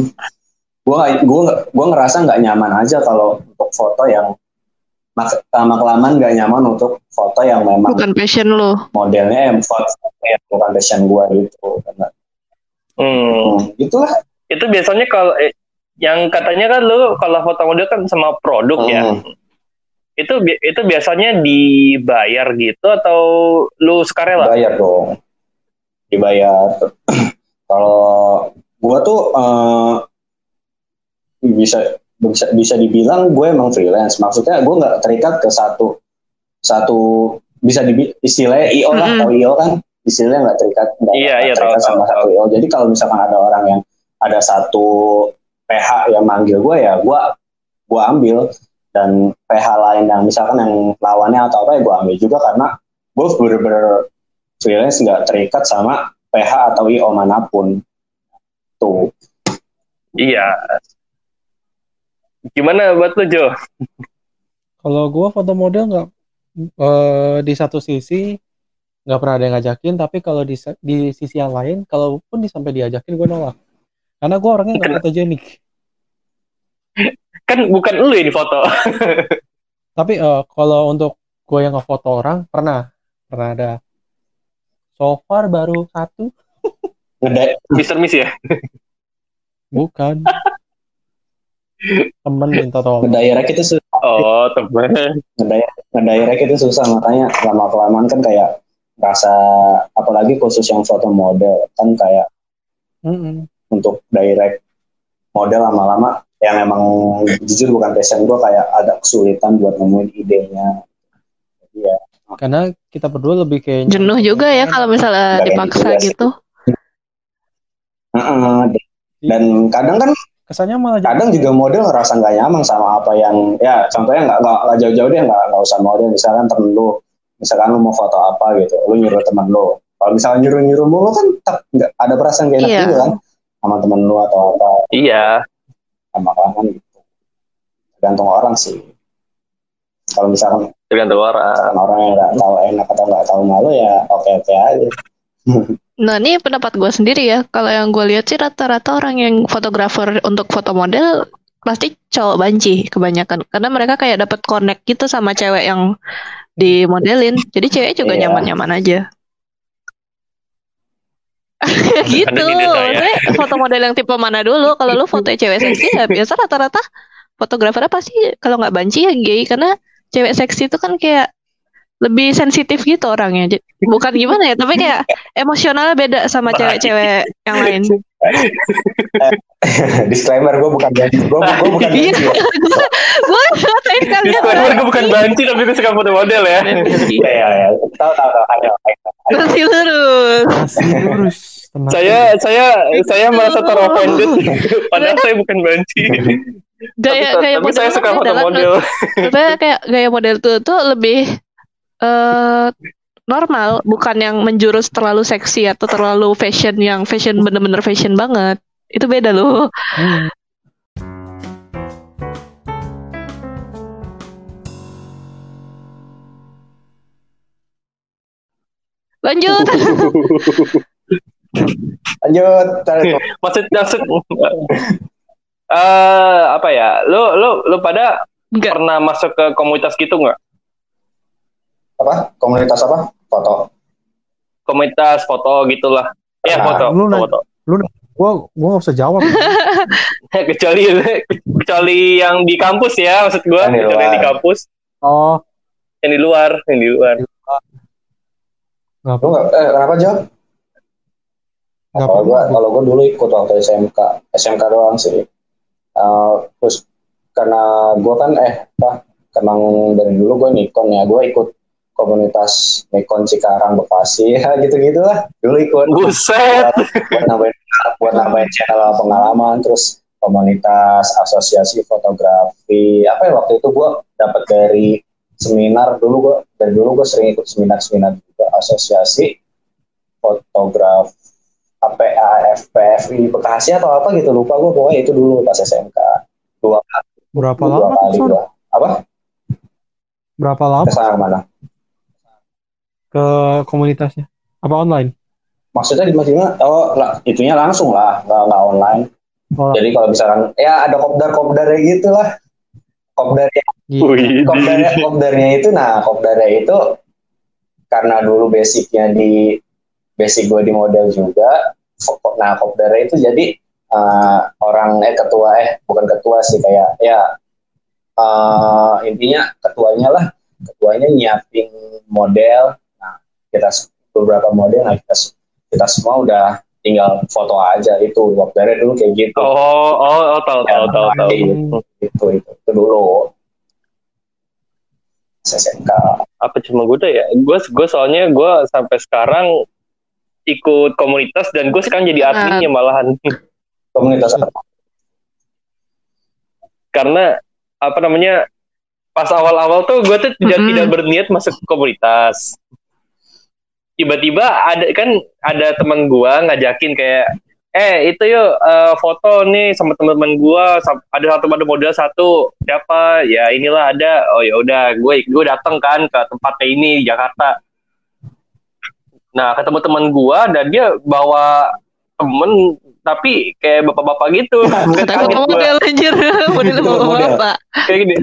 D: gue ngerasa nggak nyaman aja kalau untuk foto yang lama-kelamaan nggak nyaman untuk foto yang memang
B: bukan passion lo
D: modelnya foto bukan passion gue gitu karena gitulah.
A: Itu biasanya kalau yang katanya kan lu kalau foto model kan sama produk ya. Itu biasanya dibayar gitu atau lu sukarela?
D: Bayar dong. Dibayar. Kalau gua tuh bisa dibilang gue emang freelance. Maksudnya gue nggak terikat ke satu bisa istilahnya IO lah, atau IO kan istilahnya nggak terikat sama satu IO. Jadi kalau misalkan ada orang yang ada satu PH yang manggil gue ya gue ambil, dan PH lain yang misalkan yang lawannya atau apa ya gue ambil juga karena gue bener-bener freelance nggak terikat sama PH atau IO manapun tuh.
A: Iya. Gimana buat lu Jo?
C: Kalau gue foto model nggak di satu sisi nggak pernah ada yang ngajakin, tapi kalau di sisi yang lain kalaupun sampai diajakin gue nolak. Karena gue orangnya nggak fotogenik.
A: Kan bukan lu ini foto.
C: Tapi kalau untuk gue yang ngefoto orang pernah ada. So far baru 1.
A: Mr. Miss ya?
C: Bukan. Temen minta tolong.
D: Ngedirect itu susah.
A: Oh temen.
D: Ngedirect itu susah, makanya lama-kelamaan kan kayak rasa, apalagi khusus yang foto model kan kayak untuk direct model lama-lama yang emang jujur bukan passion gue, kayak ada kesulitan buat nemuin idenya. Iya.
C: Karena kita berdua lebih kayak
B: jenuh juga ya kalau misalnya dipaksa gitu.
D: Dan kadang kan
C: kesannya malah
D: kadang juga model ngerasa nggak nyaman sama apa yang ya contohnya nggak jauh-jauh deh, nggak usah model, misalkan temen lu, misalkan lu mau foto apa gitu, lu nyuruh temen lu. Kalau misalnya nyuruh mulu kan nggak ada perasaan gak enak juga kan sama temen lu atau apa.
A: Iya.
D: Sama kawan gitu. Tergantung orang sih. Kalau misalkan
A: Tergantung orang.
D: Orang yang nggak tahu enak atau nggak tahu malu ya oke-oke aja.
B: Nah, ini pendapat gue sendiri ya. Kalau yang gue lihat sih rata-rata orang yang fotografer untuk foto model pasti cowok banci kebanyakan. Karena mereka kayak dapat connect gitu sama cewek yang dimodelin. Jadi cewek juga
D: Iya.
B: nyaman-nyaman aja. Gitu.
A: Ada ide saya.
B: Maksudnya foto model yang tipe mana dulu? Kalau lu foto cewek seksi ya biasa rata-rata fotografernya pasti kalau nggak banci ya gay. Karena cewek seksi itu kan kayak lebih sensitif gitu orangnya. Bukan gimana ya, tapi kayak emosionalnya beda sama cewek-cewek yang lain.
D: Disclaimer, gue bukan banci. Gue bukan
B: Iya,
D: banci ya.
B: gue ngatain kalian.
A: Disclaimer, gue bukan banci tapi gue suka foto model ya.
D: Iya. Tahu. Ayo.
B: Masih lurus.
C: Masih lurus. Tenang.
A: Saya merasa teroffended padahal saya bukan banci.
B: Gaya
A: tapi
B: model
A: saya suka foto model.
B: Sebenarnya kayak gaya model tuh lebih normal, bukan yang menjurus terlalu seksi atau terlalu fashion yang fashion bener-bener fashion banget. Itu beda loh. Lanjut.
A: Maksud apa ya? Lu pada
B: Enggak.
A: pernah masuk ke komunitas gitu nggak?
D: Apa? Komunitas apa? Foto.
A: Komunitas foto gitulah. Ya
D: Pernah.
A: foto.
C: Gua nggak usah jawab.
A: kecuali yang di kampus ya, maksud gua.
D: Yang di
A: Kecuali yang di
D: luar.
A: kampus.
C: Oh,
A: Yang di luar.
C: nggak
D: Lu nggak? Kenapa jawab?
C: nggak
D: Kalau gue dulu ikut waktu SMK doang sih. Terus karena gue kan emang dari dulu gue Nikon ya, gue ikut komunitas Nikon Cikarang Bekasi ya gitu-gitulah. Dulu ikut.
A: Buset.
D: buat nambahin channel pengalaman, terus komunitas asosiasi fotografi apa ya waktu itu gue dapat dari seminar dulu gue sering ikut seminar juga asosiasi fotografi FPFI Bekasi atau apa gitu, lupa gue, pokoknya itu dulu pas SMK.
C: berapa
D: Dua
C: lama
D: kali
C: Son?
D: gue. Apa?
C: Berapa lama
D: Kesana mana?
C: ke komunitasnya? Apa online?
D: Maksudnya di mana? Oh, itunya langsung lah, nggak online.
C: Oh,
D: Jadi kalau misalkan ya ada kopdarnya gitu lah. Kopdarnya itu karena dulu basic gue di model juga. Nah, kopdarnya itu jadi bukan ketua sih, kayak ya intinya ketuanya nyiapin model. Nah, beberapa model, nah kita semua udah tinggal foto aja, itu kopdarnya dulu kayak gitu.
A: Tahu.
D: Itu dulu SMK.
A: Apa cuma gue ya? Gue soalnya gue sampai sekarang ikut komunitas dan gue sekarang jadi adminnya malahan.
D: Komunitas apa?
A: Karena apa namanya, pas awal-awal tuh gue tuh tidak berniat masuk komunitas. Tiba-tiba ada teman gue ngajakin kayak itu yuk foto nih sama teman-teman gue, ada model satu, siapa ya, inilah ada. Oh ya udah, gue datang kan ke tempatnya ini di Jakarta. Nah, ketemu teman gue dan dia bawa temen tapi kayak bapak-bapak gitu.
B: Kata model anjir, model bapak.
A: Kayak gini.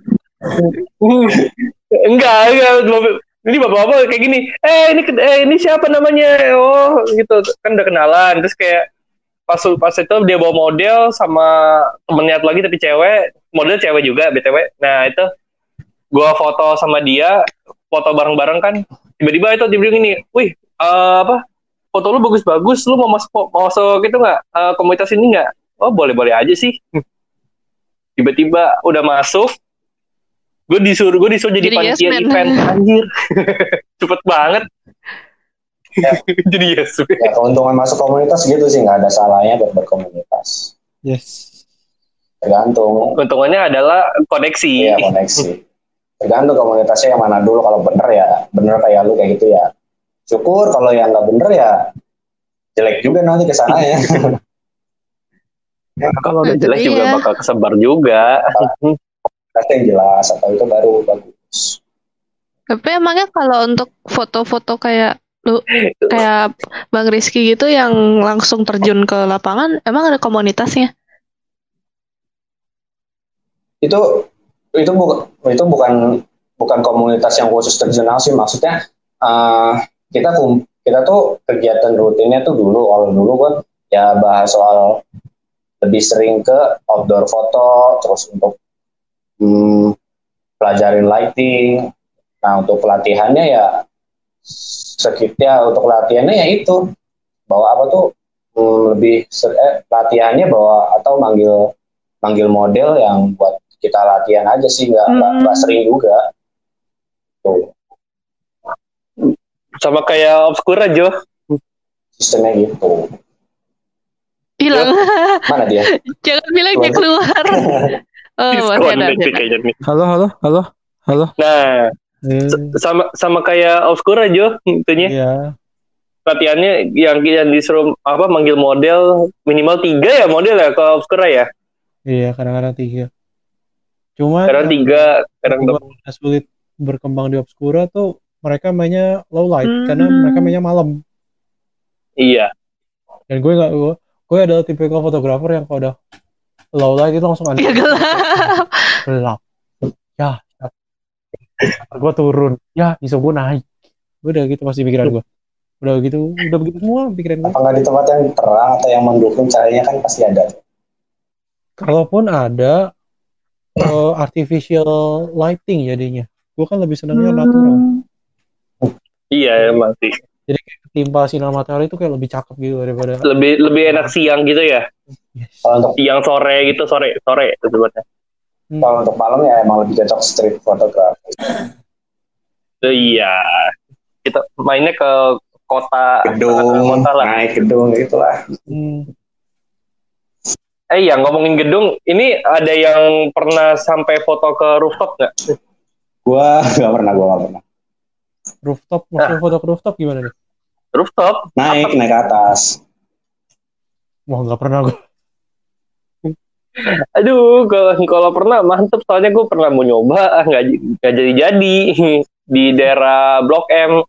A: Enggak. Ini bapak-bapak kayak gini. Ini siapa namanya? Oh, gitu. Kan udah kenalan. Terus kayak pas itu dia bawa model sama temennya lagi tapi cewek. Model cewek juga, BTW. Nah, itu gua foto sama dia, foto bareng-bareng kan. Tiba-tiba itu dia bilang gini, "Wih, foto lu bagus-bagus, lu mau masuk gitu nggak? Komunitas ini nggak?" Oh, boleh-boleh aja sih. Tiba-tiba udah masuk, gue disuruh jadi panitia event, anjir. Cepet banget.
D: Ya.
A: Jadi yes.
D: Ya, keuntungan masuk komunitas gitu sih, nggak ada salahnya buat berkomunitas.
C: Yes.
D: Tergantung.
A: Keuntungannya adalah koneksi.
D: Iya, koneksi. Tergantung komunitasnya yang mana dulu. Kalau bener kayak lu kayak gitu ya syukur, kalau yang nggak bener ya jelek juga nanti kesananya.
A: Kalau udah jelek juga bakal kesebar juga.
D: Yang jelas atau itu baru bagus.
B: Tapi emangnya kalau untuk foto-foto kayak Bang Rizky gitu yang langsung terjun ke lapangan, emang ada komunitasnya?
D: Itu itu bukan komunitas yang khusus terjun sih, maksudnya kita tuh kegiatan rutinnya tuh kalau dulu kan ya bahas soal lebih sering ke outdoor foto, terus untuk pelajarin lighting. Nah untuk pelatihannya ya untuk latihannya ya itu bawa apa tuh lebih latihannya bawa atau manggil model yang buat kita latihan aja sih, nggak sering juga tuh.
A: Sama kayak Obscura Jo.
D: Sistemnya gitu.
B: Hilang.
D: Mana dia?
B: Jangan bilang dia keluar. Masih ada.
C: Halo.
A: Nah, sama kayak Obscura Jo, intinya.
C: Iya.
A: Latihannya yang disuruh manggil model minimal 3 ya model ya kalau Obscura ya.
C: Iya, kadang-kadang 3. Cuma
A: Kadang 3, kadang
C: sulit berkembang di Obscura tuh mereka mainnya low light karena mereka mainnya malam.
A: Iya.
C: Dan gue adalah tipikal fotografer yang kalau udah low light itu langsung
B: Dia
C: gelap. Ya, gue turun. Ya, ISO gue naik. Gue udah gitu pasti pikiran gue. Udah begitu semua pikiran gue.
D: Apa nggak di tempat yang terang atau yang mendukung cahayanya kan pasti ada. Kalaupun
C: ada artificial lighting jadinya. Gue kan lebih senangnya natural.
A: Iya emang sih.
C: Jadi ketimpa sinar matahari itu kayak lebih cakep gitu daripada.
A: Lebih enak siang gitu ya.
C: Yes.
D: Untuk
A: siang sore gitu sore itu sebutnya.
D: Kalau untuk malam ya emang lebih cocok street photography.
A: Iya. Kita mainnya ke kota,
D: naik gedung gitulah.
A: Yang ngomongin gedung, ini ada yang pernah sampai foto ke rooftop nggak?
D: Gua nggak pernah.
C: Rooftop, maksudnya foto ke rooftop gimana nih?
A: Rooftop?
D: Naik ke atas.
C: Wah, nggak pernah gue.
A: Aduh, kalau pernah mantep, soalnya gue pernah mau nyoba, nggak jadi di daerah Blok M.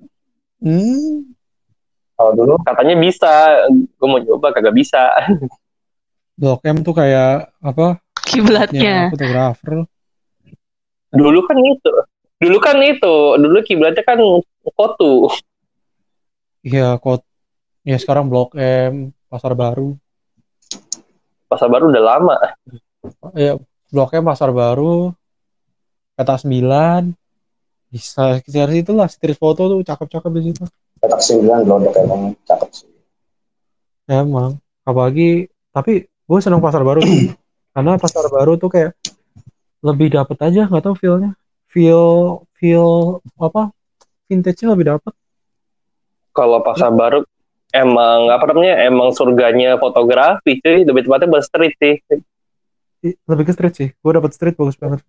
A: Kalau dulu katanya bisa, gue mau nyoba kagak bisa.
C: Blok M tuh kayak apa?
B: Kiblatnya.
C: Fotografer.
A: Dulu kiblatnya kan Kotu.
C: Iya, ya sekarang Blok M, Pasar Baru.
A: Pasar Baru udah lama.
C: Ya, Blok M, Pasar Baru, Petak 9. Bisa sekitar situ lah, street foto tuh cakep-cakep di situ.
D: Petak 9 Glodok emang cakep sih.
C: Emang, apalagi tapi gue seneng Pasar Baru tuh. Karena Pasar Baru tuh kayak lebih dapet aja, nggak tahu feel-nya. Feel apa? Vintage-nya lebih dapet.
A: Kalau Pasar Baru emang emang surganya fotografi sih, lebih tepatnya buat street sih.
C: Lebih ke street sih. Gue dapet street bagus banget.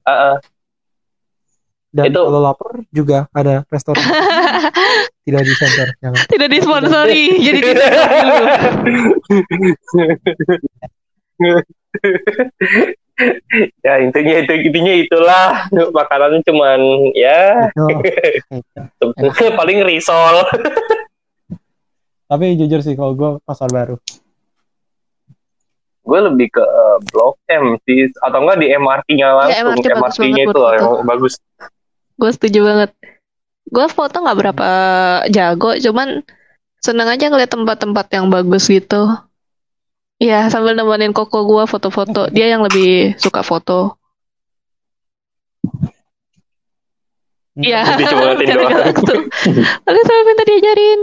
C: Dan
A: itu
C: kalau lapar juga ada restoran. Tidak disensor, jangan.
B: Tidak disponsori, jadi
A: ya intinya itulah, makanannya cuman ya paling risol.
C: Tapi jujur sih kalau gue Pasar Baru.
A: Gue lebih ke Blok M sih, atau enggak di MRT-nya langsung.
B: Ya,
A: MRT-nya itu loh yang bagus.
B: Gue setuju banget. Gue foto nggak berapa jago, cuman seneng aja ngeliat tempat-tempat yang bagus gitu. Ya, sambil nemenin koko gue foto-foto. Dia yang lebih suka foto. Iya. Aku selalu minta diajarin.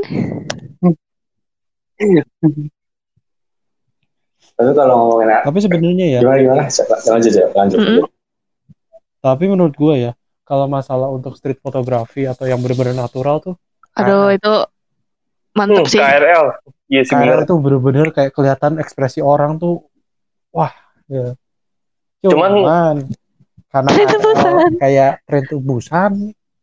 D: Tapi kalau ngomongin,
C: tapi sebenarnya ya.
D: Gimana? Lanjut.
C: Tapi menurut gue ya, kalau masalah untuk street fotografi atau yang benar-benar natural tuh,
B: aduh itu mantep sih.
A: KRL.
C: Yes, KRL tuh benar-benar kayak kelihatan ekspresi orang tuh, wah. Ya. Cuman karena KRL kayak tren tubusan,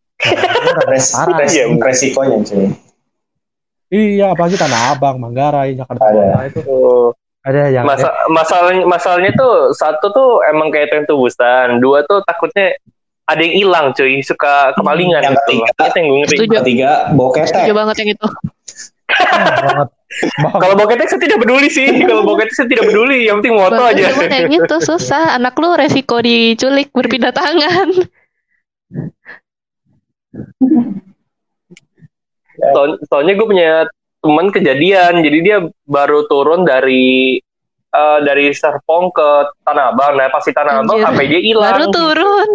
D: resikonya sih.
C: Iya, apalagi Tanah Abang, Manggarai, Jakarta itu. Ada yang
A: masalahnya tuh satu tuh emang kayak tren tubusan, dua tuh takutnya ada yang hilang cuy, suka kemalingan
D: Yang
A: gitu loh.
D: ketiga.
A: Itu yang gue ngeri.
B: Setuju.
D: Ketiga, bau ketek.
B: Setuju banget yang itu.
C: banget.
A: Kalau boketek saya tidak peduli sih. Kalau boketek saya tidak peduli. Yang penting moto
B: Bagus,
A: aja.
B: cuman yang itu susah. Anak lu resiko diculik berpindah tangan.
A: Soalnya gue punya teman kejadian. Jadi dia baru turun dari Serpong ke Tanah Abang. Nah pas di Tanah Abang
B: Anjir.
A: HP dia hilang.
B: Baru turun.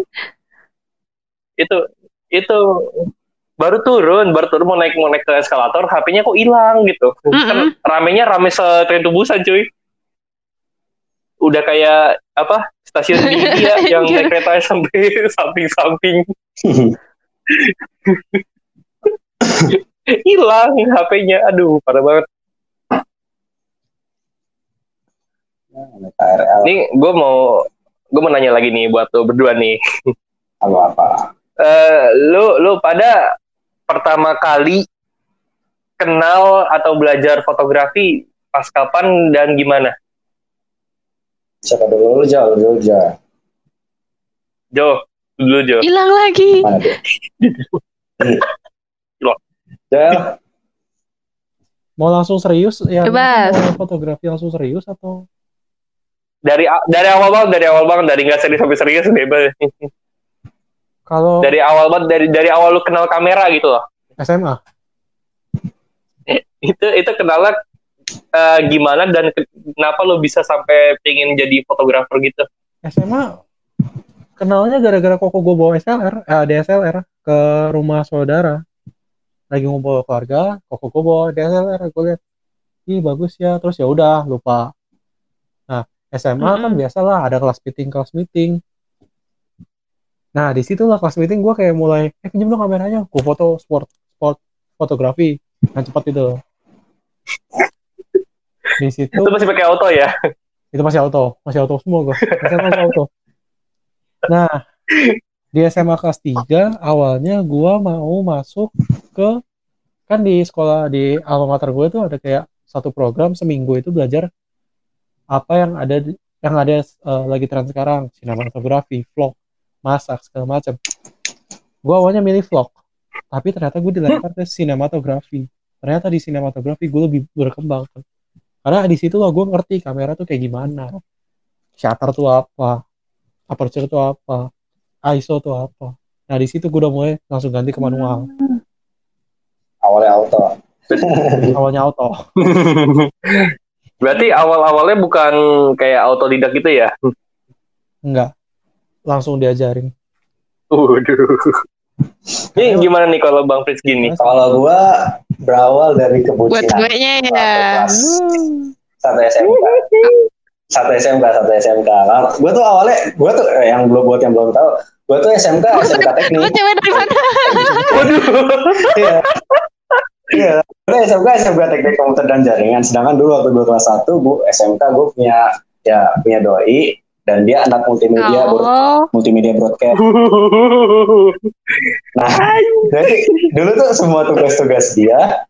A: Itu baru turun mau naik ke eskalator, HP-nya kok hilang gitu. Kan ramenya rame setubusan cuy. Udah kayak apa stasiun di India yang naik kereta sampai samping-samping. Hilang HP-nya. Aduh, parah banget.
D: KRL.
A: Nih gue mau nanya lagi nih buat lo berdua nih.
D: Apa?
A: Lu pada pertama kali kenal atau belajar fotografi pas kapan dan gimana?
D: Siapa dulu Jo?
A: Dulu Jo.
B: Hilang lagi.
D: Mana dia?
A: Loh.
D: Jo.
C: Mau langsung serius ya?
B: Bebas.
C: Mau fotografi langsung serius atau?
A: Dari awal banget dari nggak serius sampai serius bebas.
C: Kalau
A: Dari awal banget dari awal lu kenal kamera gitu loh.
C: SMA,
A: Itu kenalnya gimana dan kenapa lu bisa sampai pengen jadi fotografer gitu?
C: SMA kenalnya gara-gara koko gue bawa DSLR ke rumah saudara. Lagi ngumpul keluarga, koko gue bawa DSLR, gue lihat, ih bagus ya, terus ya udah lupa. Nah SMA kan biasalah ada kelas meeting. Nah disitulah kelas meeting gue kayak mulai, pinjam dong kameranya, gue foto sport fotografi yang cepat itu. Di situ
A: Itu masih pakai auto ya?
C: itu masih auto semua gue. SMA masih auto. Nah di SMA kelas 3 awalnya gue mau masuk ke, kan di sekolah di alma mater gue tuh ada kayak satu program seminggu itu belajar apa yang ada lagi tren sekarang, sinematografi, vlog, masak segala macam. Gue awalnya milih vlog, tapi ternyata gue dilempar ke sinematografi. Ternyata di sinematografi gue lebih berkembang, karena di situ lah gue ngerti kamera tuh kayak gimana, shutter tuh apa, aperture tuh apa, ISO tuh apa. Nah di situ gue udah mulai langsung ganti ke manual. Awalnya auto.
A: Berarti awal-awalnya bukan kayak autodidak gitu ya?
C: Enggak, langsung diajarin.
A: Ini gimana nih kalau Bang Fritz gini?
D: Kalau gue berawal dari
B: Buat
D: kebucinan.
B: gue nya ya.
D: Satu SMK. Gue tuh awalnya, yang buat yang belum tahu, gue tuh SMK teknik.
B: Lu cewek dari mana?
D: Iya, gue SMK teknik komputer dan jaringan. Sedangkan dulu waktu gue kelas 1, gue SMK gue punya doi, dan dia anak multimedia broadcast. Nah, jadi dulu tuh semua tugas-tugas dia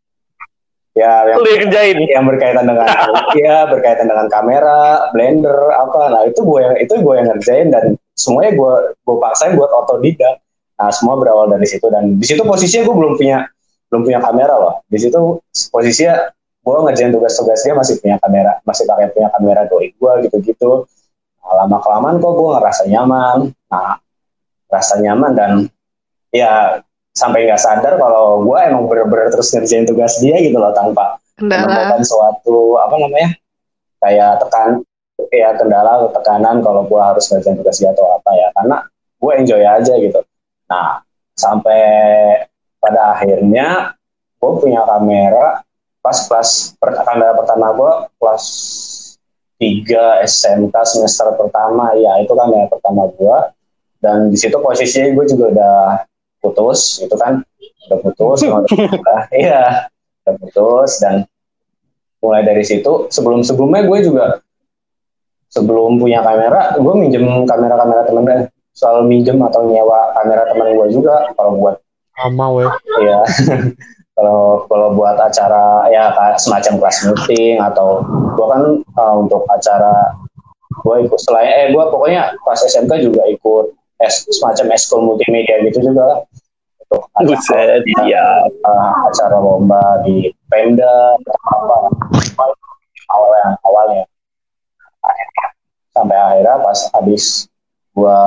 D: yang berkaitan dengan kamera, blender, apa. Nah, itu gue yang ngerjain, dan semuanya gue paksain buat otodidak. Nah, semua berawal dari situ, dan di situ posisinya gue belum punya kamera loh. Di situ posisinya gue ngerjain tugas-tugas dia masih pakai punya kamera doi gue gitu-gitu. Nah, lama-kelamaan kok gue ngerasa nyaman. Nah, rasa nyaman, dan ya sampai nggak sadar kalau gue emang bener-bener terus ngerjain tugas dia gitu loh, tanpa menemukan suatu kayak kendala atau tekanan kalau gue harus ngerjain tugas dia atau apa ya, karena gue enjoy aja gitu. Nah, sampai pada akhirnya gue punya kamera kamera pertama gue kelas 3 SMK semester pertama, ya itu kamera pertama gue. Dan di situ posisinya gue juga udah putus gitu kan, udah putus dan mulai dari situ sebelumnya gue juga sebelum punya kamera gue minjem kamera temen gue, selalu minjem atau nyewa kamera temen gue juga kalau buat iya kalau buat acara ya semacam kelas meeting, atau gue kan untuk acara gue ikut gue pokoknya pas SMK juga ikut semacam eskul multimedia gitu juga. Itu
A: Buset, ya.
D: acara lomba di Pemda apa awalnya sampai akhirnya pas habis gua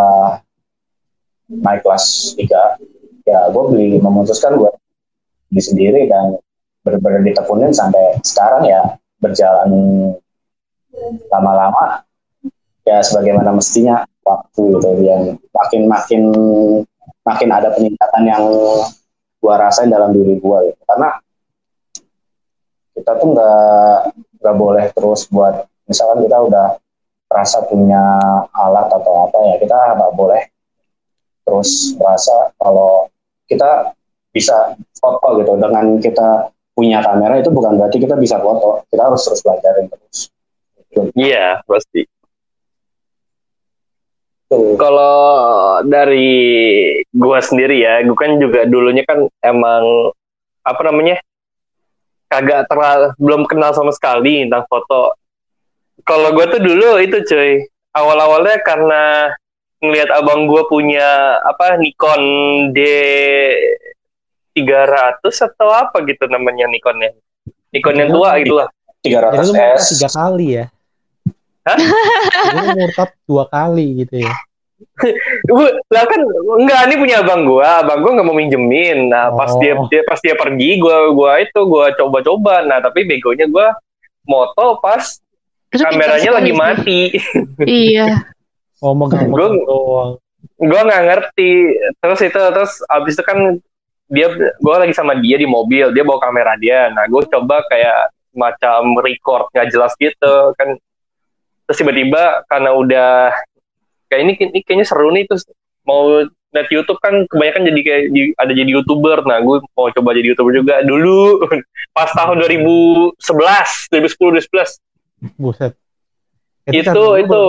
D: naik kelas 3 ya gue memutuskan buat beli sendiri dan benar-benar ditekunin sampai sekarang ya berjalan lama-lama ya sebagaimana mestinya waktu gitu yang makin ada peningkatan yang gua rasain dalam diri gua gitu. Karena kita tuh nggak boleh terus buat misalkan kita udah merasa punya alat atau apa ya kita nggak boleh terus merasa kalau kita bisa foto gitu dengan kita punya kamera itu bukan berarti kita bisa foto, kita harus terus belajarin terus.
A: Iya, pasti. Kalau dari gua sendiri ya, gua kan juga dulunya kan emang apa namanya belum kenal sama sekali tentang foto. Kalau gua tuh dulu itu cuy, awal-awalnya karena ngelihat abang gua punya apa Nikon D300 atau apa gitu namanya Nikonnya. Nikon yang tua gitulah.
D: 300S.
C: 3 kali ya.
A: Hah?
C: Jadi murtad 2 kali gitu ya.
A: Lah kan enggak, ini punya abang gua nggak mau minjemin. Nah, pas dia pergi gua coba-coba. Nah, tapi begonya gua moto pas
B: Itu
A: kameranya lagi mati.
B: Iya.
C: Oh, megang doang.
A: Gua nggak ngerti. Terus abis itu kan gue lagi sama dia di mobil, dia bawa kamera dia. Nah, gue coba kayak macam record nggak jelas gitu kan. Terus tiba-tiba karena udah kayak ini kayaknya seru nih, terus mau net YouTube kan kebanyakan ada jadi YouTuber. Nah, gue mau coba jadi YouTuber juga dulu pas tahun 2011.
C: Buset.
A: Itu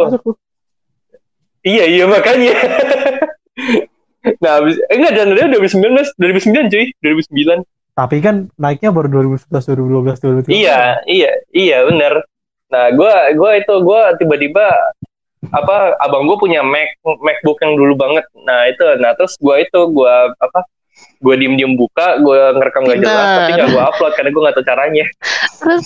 A: iya makanya. Nah, enggak, dan dia 2009 cuy, 2009.
C: Tapi kan naiknya baru 2011, 2012, 2013.
A: Iya, benar. Nah, gue tiba-tiba apa abang gue punya MacBook yang dulu banget. Nah, terus gue diem buka, gue ngerekam gak jelas, tapi gak gue upload karena gue gak tahu caranya.
B: Terus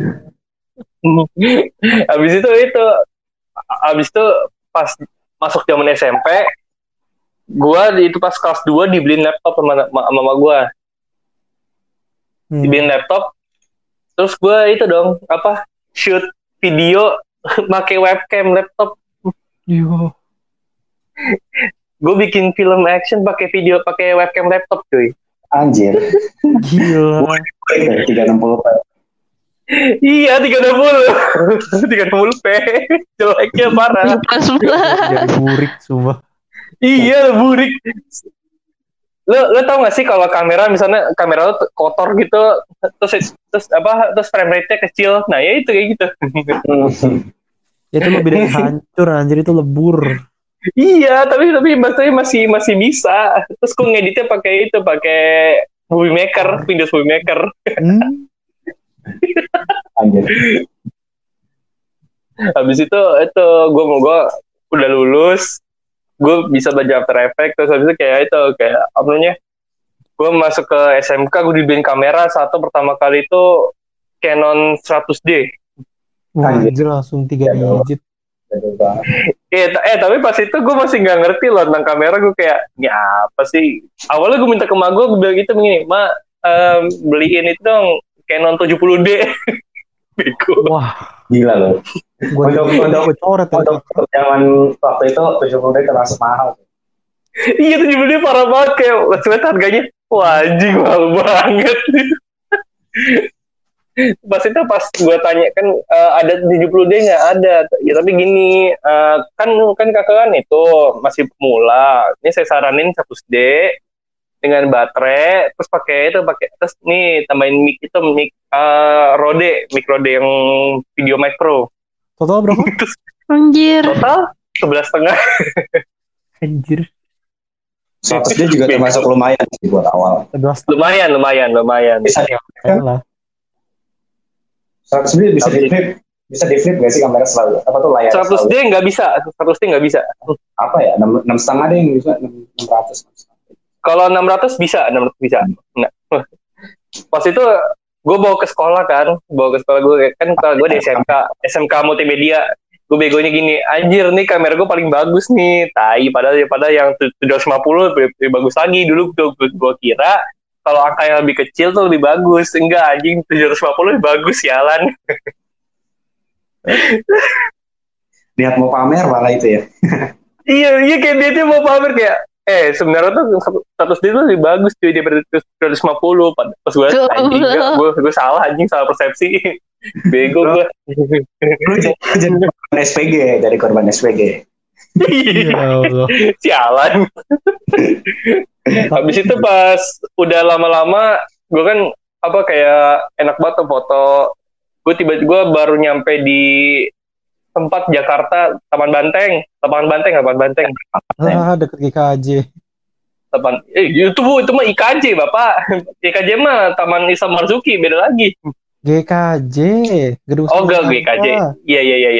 A: Abis itu pas masuk zaman SMP, gue itu pas kelas 2 dibeliin laptop sama mama gue. Dibeliin laptop, terus gue itu dong shoot video pakai webcam laptop.
C: Yo.
A: Gue bikin film action pakai webcam laptop cuy.
D: Anjir.
C: Gila.
D: 360p.
A: Iya, 30p. Jeleknya parah.
B: Jadi
C: burik sumpah.
A: Iya, burik. Lo tau gak sih kalau misalnya kamera lo kotor gitu, terus frame rate-nya kecil. Nah, ya itu kayak gitu.
C: Itu lebih dari hancur, anjir, itu lebur.
A: Iya, tapi masih bisa. Terus gue ngeditnya pakai Movie Maker, Windows Movie Maker.
D: Anjir.
A: Habis itu gue udah lulus, gue bisa belajar After Effects. Terus habis itu kayak apa namanya, gue masuk ke SMK, gue dibeliin kamera pertama kali itu Canon 100D.
C: Anjir, langsung 3 digit.
A: Tapi pas itu gue masih nggak ngerti loh tentang kamera. Gue kayak, ya apa sih, awalnya gue minta ke mak gue bilang gitu begini, "Ma, beliin itu dong Canon 70D." Bego.
C: Wah,
D: gila loh.
C: Untuk
D: zaman waktu itu 70D termasuk mahal.
A: Iya, 70D parah banget, kayak harganya wah anjing mahal banget. Pas gue tanya kan ada 70D nggak ada ya, tapi gini, kan kakak kan itu masih pemula, ini saya saranin 100D dengan baterai, terus terus nih tambahin mic Rode yang video mic pro.
C: Total berapa?
B: Anjir.
A: Total 11,5.
C: Anjir.
D: 100D juga termasuk lumayan sih buat awal.
A: Lumayan.
D: Bisa ya lah. 100D bisa di flip bisa di flip nggak sih kamera selalu? Apa tuh layar
A: 100D
D: selalu?
A: nggak bisa, 100D nggak bisa.
D: Apa ya? 6,5 deh yang bisa 600.
A: Kalau 600 bisa, 600 bisa. Nah, pas itu gue bawa ke sekolah kan, gue kan kalau gue di SMK Multimedia. Gue begonya gini, anjir nih kamera gue paling bagus nih, tai padahal yang 750 lebih bagus lagi. Dulu gue kira kalau angka yang lebih kecil tuh lebih bagus. Enggak, anjing 750 lebih bagus, sialan.
D: Lihat mau pamer malah itu ya.
A: Iya kayak dia tuh mau pamer kayak sebenarnya tuh 100D tuh lebih bagus cuy daripada 250. Pas gue anjing gue salah, anjing salah persepsi. Bego gue.
D: Lu jadi korban SPG, dari korban SPG.
C: Ya Allah.
A: Sialan. Habis itu pas udah lama-lama gue kan kayak enak banget tuh foto. Gue tiba-tiba baru nyampe di tempat Jakarta, Lapangan Banteng.
C: Deket GKJ.
A: Itu mah IKJ Bapak. IKJ mah Taman Islam Marzuki, beda lagi.
C: GKJ, gedung
A: enggak GKJ. Iya.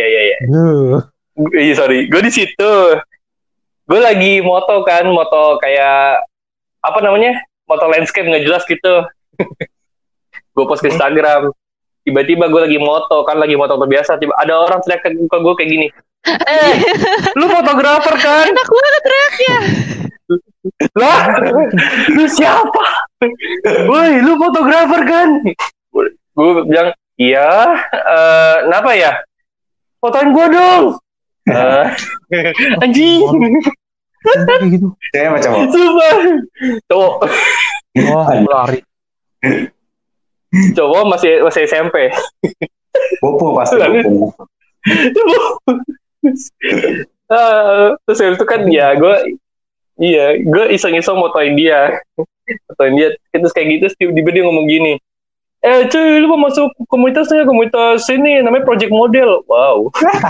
A: Iya sorry, gue di situ. Gue lagi moto kayak moto landscape nggak jelas gitu. Gue post ke Instagram. Tiba-tiba gue lagi moto biasa. Tiba ada orang teriak ke gue kayak gini. Lu fotografer kan?
B: Enak banget teriaknya.
A: Lah, lu siapa? Woi, lu fotografer kan? Gue bilang, iya. Kenapa ya? Fotoin gue dong. Anjing.
C: Kayak gitu.
D: Saya macam apa?
A: Sumpah. Cowok.
C: Wah, lari.
A: Cowok masih SMP.
D: Bopo pasti bopo.
A: Terus itu kan ya gue iseng-iseng motoin dia. Terus kayak gitu tiba-tiba dia ngomong gini, cuy lu mau masuk komunitas ini namanya Project Model. Wow.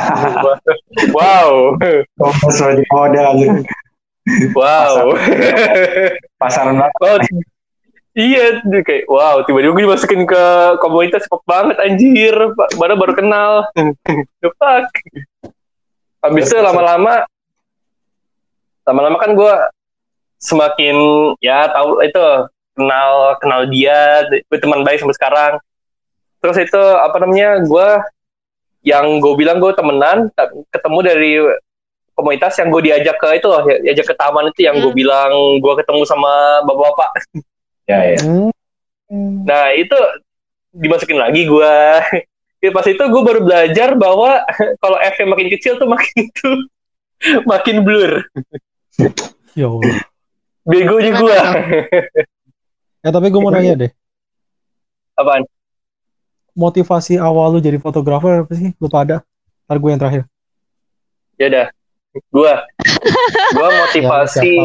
D: Project Model aja.
A: Wow.
D: Pasaran banget.
A: Iya, kayak wow, tiba-tiba gue dimasukin ke komunitas cepet banget anjir, baru kenal. The fuck. Habis itu lama-lama kan gue semakin tahu itu kenal dia, gue teman baik sampai sekarang. Terus itu gue yang gue bilang gue temenan ketemu dari komunitas yang gue diajak ke taman itu yang gue bilang gue ketemu sama bapak-bapak.
D: Ya.
A: Nah itu dimasukin lagi gue. Pas itu gue baru belajar bahwa kalau F yang makin kecil tuh makin blur.
C: Ya Allah.
A: Begonya gue.
C: Ya tapi gue mau nanya deh.
A: Apaan?
C: Motivasi awal lu jadi fotografer apa sih? Lu pada? Ntar gue yang terakhir.
A: Ya udah. Gue motivasi.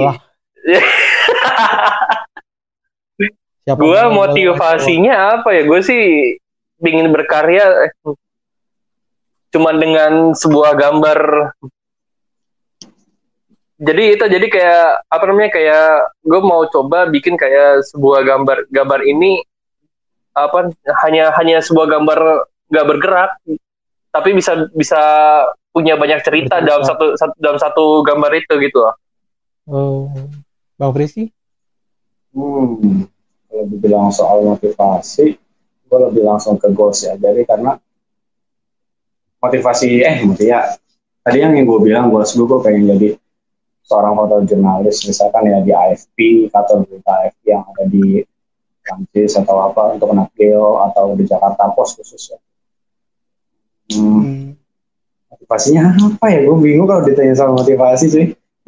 A: Gue motivasinya apa ya? Gue sih ingin berkarya cuman dengan sebuah gambar. Jadi kayak kayak gue mau coba bikin kayak sebuah gambar ini hanya sebuah gambar nggak bergerak tapi bisa punya banyak cerita dalam satu gambar itu gitu loh.
C: Bang Frisi?
D: Kalau dibilang soal motivasi, gue lebih langsung ke goals ya. Jadi karena motivasi tadi yang gue bilang goals gue pengen jadi seorang fotojurnalis misalkan ya di AFP atau berita AFP yang ada di Prancis atau apa untuk anak Geo atau di Jakarta Post khusus ya. Motivasinya apa ya? Gue bingung kalau ditanya soal motivasi sih.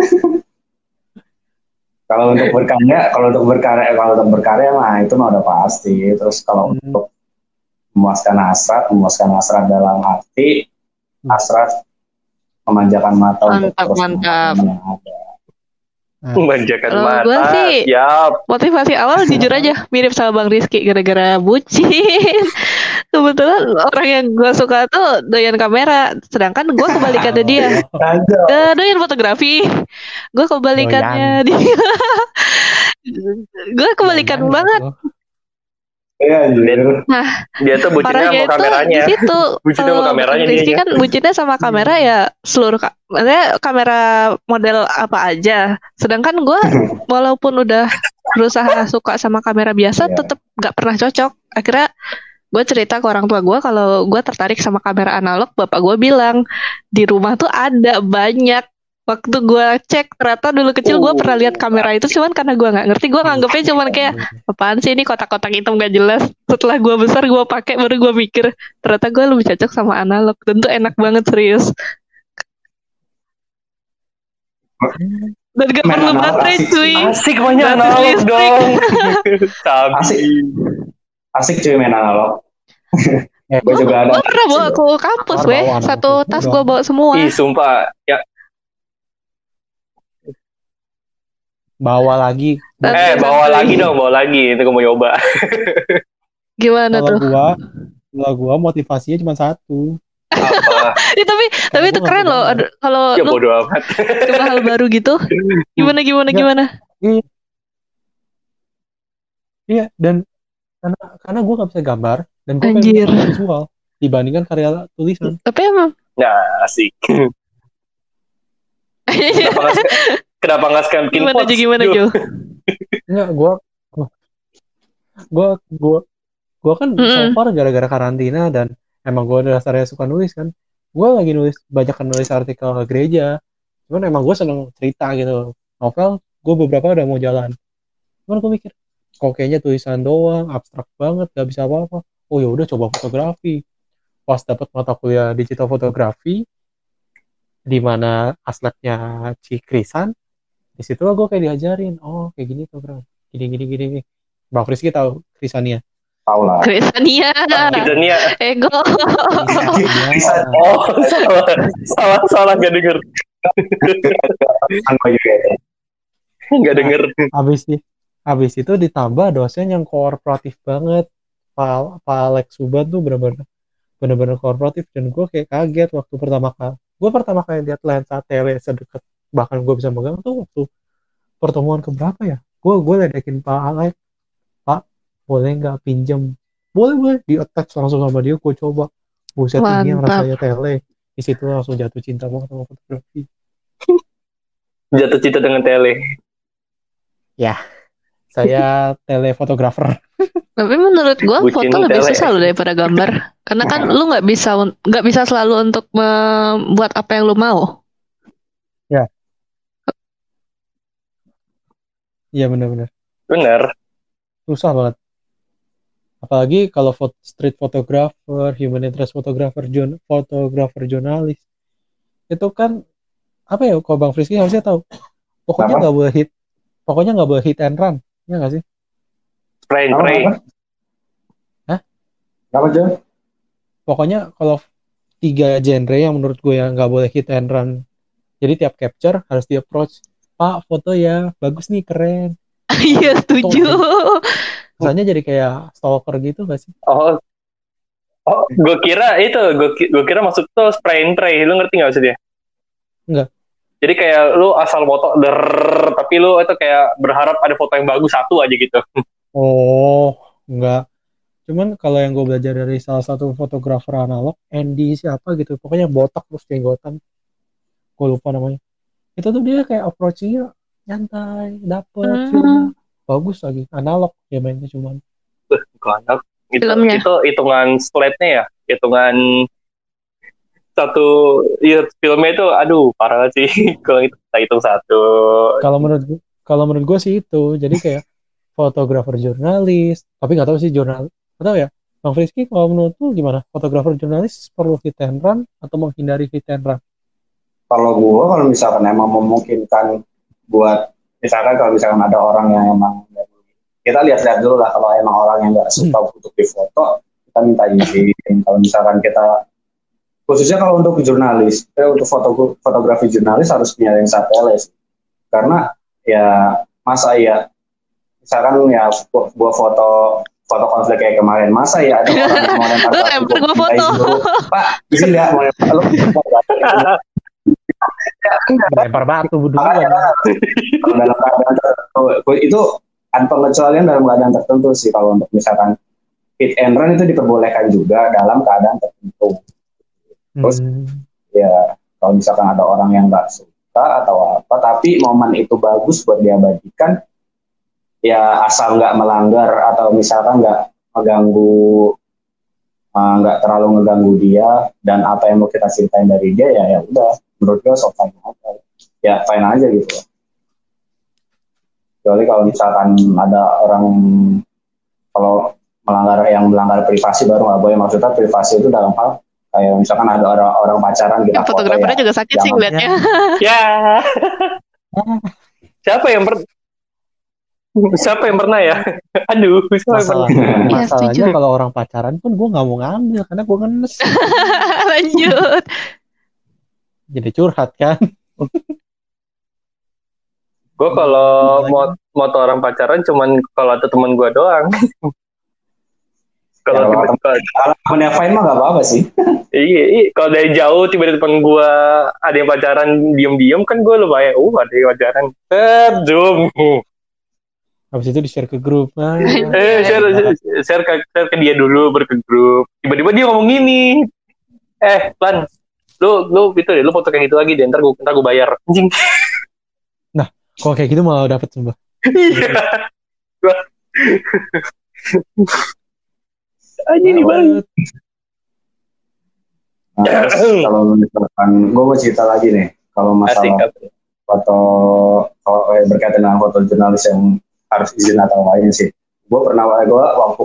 D: Kalau untuk berkarya mah itu mah udah pasti. Terus kalau untuk memuaskan hasrat dalam arti hasrat memanjakan mata untuk terus
B: mantap.
A: Memanjakan mata.
B: Gue sih
A: siap.
B: Motivasi awal jujur aja mirip sama Bang Rizky gara-gara bucin. Kebetulan orang yang gue suka tuh doyan kamera, sedangkan gue kebalikannya dia. Doyan fotografi. Gue kebalikannya dia. Gue kebalikan banget.
D: Iya anjir.
B: Nah,
A: Dia tuh bucinnya
B: parahnya
A: sama
B: itu
A: kameranya.
B: di situ.
A: Bucinnya sama
B: Kalau
A: kameranya
B: Rizky
A: dia.
B: kan bucinnya sama kamera ya seluruh maksudnya kamera model apa aja. Sedangkan gue walaupun udah berusaha suka sama kamera biasa,
D: Iya.
B: tetap nggak pernah cocok. Akhirnya gue cerita ke orang tua gue kalau gue tertarik sama kamera analog. Bapak gue bilang di rumah tuh ada banyak. Waktu gue cek ternyata dulu kecil gue pernah lihat kamera itu, cuman karena gue nggak ngerti, gue nganggepnya cuman kayak apaan sih ini kotak-kotak hitam gak jelas. Setelah gue besar gue pakai baru gue mikir ternyata gue lebih cocok sama analog. Tentu enak banget serius. Dan gak
D: Main
B: perlu
D: analog
B: baterai
D: asik
B: cuy.
D: sih.
A: Asik banyak
B: Baterai
A: analog
B: listrik.
A: dong. Sabi.
D: Asik cuy main analog. Gue juga ada.
B: Gue pernah bawa ke kampus
C: Bawa
B: weh.
C: analog
B: Satu
C: itu
B: tas
C: dong.
B: gue bawa semua.
A: Ih sumpah ya.
C: Bawa lagi.
A: Bawa lagi dong, bawa lagi. Itu gue mau coba.
B: Gimana
C: Kalau
B: tuh?
C: gua motivasinya cuma satu.
A: Apa?
B: Tapi itu
C: gua
B: keren
C: ngerti
B: loh.
C: banget.
B: Kalau
A: Ya
B: lu
A: bodo amat.
B: coba hal baru gitu. Gimana?
C: Iya, dan karena gue nggak bisa gambar dan gue pengen
B: Anjir.
C: karya visual dibandingkan karya tulisan.
B: Tapi emang
A: Nah, asik. Kenapa nggak scan
B: gimana Jo?
C: Enggak, gue kan so far gara-gara karantina dan emang gue dasarnya suka nulis kan. Gue lagi banyak nulis artikel gereja. Cuman emang gue seneng cerita gitu. Novel gue beberapa udah mau jalan. Cuman gue mikir, kok kayaknya tulisan doang, abstrak banget, gak bisa apa-apa. Oh ya udah coba fotografi. Pas dapat mata kuliah digital fotografi, di mana asletnya Ci Krisan, di situ gue kayak diajarin, oh kayak gini tuh bro, gini. Bang Frisky tahu Krisania?
D: Tahu lah.
B: Krisania. Ego.
D: Krisan.
A: Oh, salah gak denger. Nggak denger.
C: Habis itu ditambah dosen yang kooperatif banget. Pak Alex Suban tuh bener-bener kooperatif dan gue kayak kaget waktu pertama kali lihat lensa tele sedekat bahkan gue bisa megang tuh waktu pertemuan keberapa ya? Gue ledekin Pak Alex, Pak boleh nggak pinjem? Boleh di attach langsung sama dia, gue coba. Buset ini yang rasanya tele. Di situ langsung jatuh cinta banget sama fotografi.
A: Jatuh cinta dengan tele.
C: Ya, saya telefotografer.
B: Tapi menurut gue foto lebih susah loh daripada gambar, karena kan lu nggak bisa selalu untuk membuat apa yang lu mau.
C: Ya. Iya benar. Susah banget. Apalagi kalau street photographer, human interest photographer, fotografer jurnalis, itu kan apa ya? Kalau Bang Frisky harusnya tahu. Pokoknya nggak boleh hit and run, ya nggak sih?
A: Spray and pray.
C: Hah?
D: Apa aja?
C: Pokoknya kalau 3 genre yang menurut gue yang nggak boleh hit and run. Jadi tiap capture harus di approach. Pak foto ya, bagus nih, keren.
B: Iya setuju.
C: Rasanya jadi kayak stalker gitu nggak sih?
A: Oh, gue kira maksud tuh spray and pray. Lu ngerti nggak maksudnya?
C: Enggak.
A: Jadi kayak lu asal foto tapi lu itu kayak berharap ada foto yang bagus satu aja gitu.
C: Oh, enggak. Cuman kalau yang gue belajar dari salah satu fotografer analog, Andy siapa gitu, pokoknya botak terus jenggotan, gue lupa namanya. Itu tuh dia kayak approach-nya nyantai, dapet film bagus lagi, analog ya mainnya cuman.
A: Analog. Itu hitungan slide-nya ya, hitungan satu filmnya itu aduh parah sih kalau kita hitung satu.
C: Kalau menurut gue sih itu, jadi kayak fotografer jurnalis, tapi nggak tahu sih nggak tahu ya. Bang Frisky, kalau menurut lu gimana? Fotografer jurnalis perlu hit and run atau menghindari hit and run?
D: Kalau misalkan emang memungkinkan buat, misalkan kalau misalkan ada orang yang emang, kita lihat dulu lah, kalau emang orang yang nggak suka untuk difoto, kita minta izin. Kalau misalkan kita, khususnya kalau untuk jurnalis, untuk fotografi jurnalis harus punya lensa tele, karena ya masa ya, misalkan ya gua foto konflik kayak kemarin, masa ya ada orang yang mau lempar batu, Pak izin nggak mau
C: lempar batu
D: duluan. Dalam keadaan tertentu itu ada pengecualian dalam keadaan tertentu sih, kalau untuk misalkan hit and run itu diperbolehkan juga dalam keadaan tertentu. Terus ya kalau misalkan ada orang yang nggak suka atau apa, tapi momen itu bagus buat diabadikan, ya asal nggak melanggar atau misalkan nggak mengganggu, nggak terlalu ngeganggu dia dan apa yang mau kita ceritain dari dia, ya udah, menurut gue so fine aja, ya fine aja gitu. Kecuali kalau misalkan ada orang kalau melanggar privasi baru nggak boleh. Maksudnya privasi itu dalam hal kayak misalkan ada orang pacaran kita foto,
B: fotografernya juga sakit sih ngeliatnya.
A: Ya. Siapa yang pernah ya? Aduh,
C: masalahnya kalau orang pacaran pun gue nggak mau ngambil karena gue ngenes.
B: Lanjut.
C: Jadi curhat kan.
A: Gue kalau moto orang pacaran cuman kalau ada teman gue doang. Kalau
D: temennya fine mah gak apa-apa sih.
A: Iya, kalau dari jauh tiba-tiba temen gue ada yang pacaran diem-diem kan gue lumayan, ada yang pacaran, zoom.
C: Habis itu di-share ke grup.
A: Share ke dia dulu, ke grup. Tiba-tiba dia ngomong gini, Lan, lu itu deh, lu foto kayak gitu lagi deh, ntar gue bayar. Anjing.
C: Nah, kalau kayak gitu malah dapet sumpah.
A: Iya. Ini banget.
D: Kalau misalkan gue mau cerita lagi nih, kalau masalah foto, kalau berkaitan dengan foto jurnalis yang harus izin atau lain sih. Gue waktu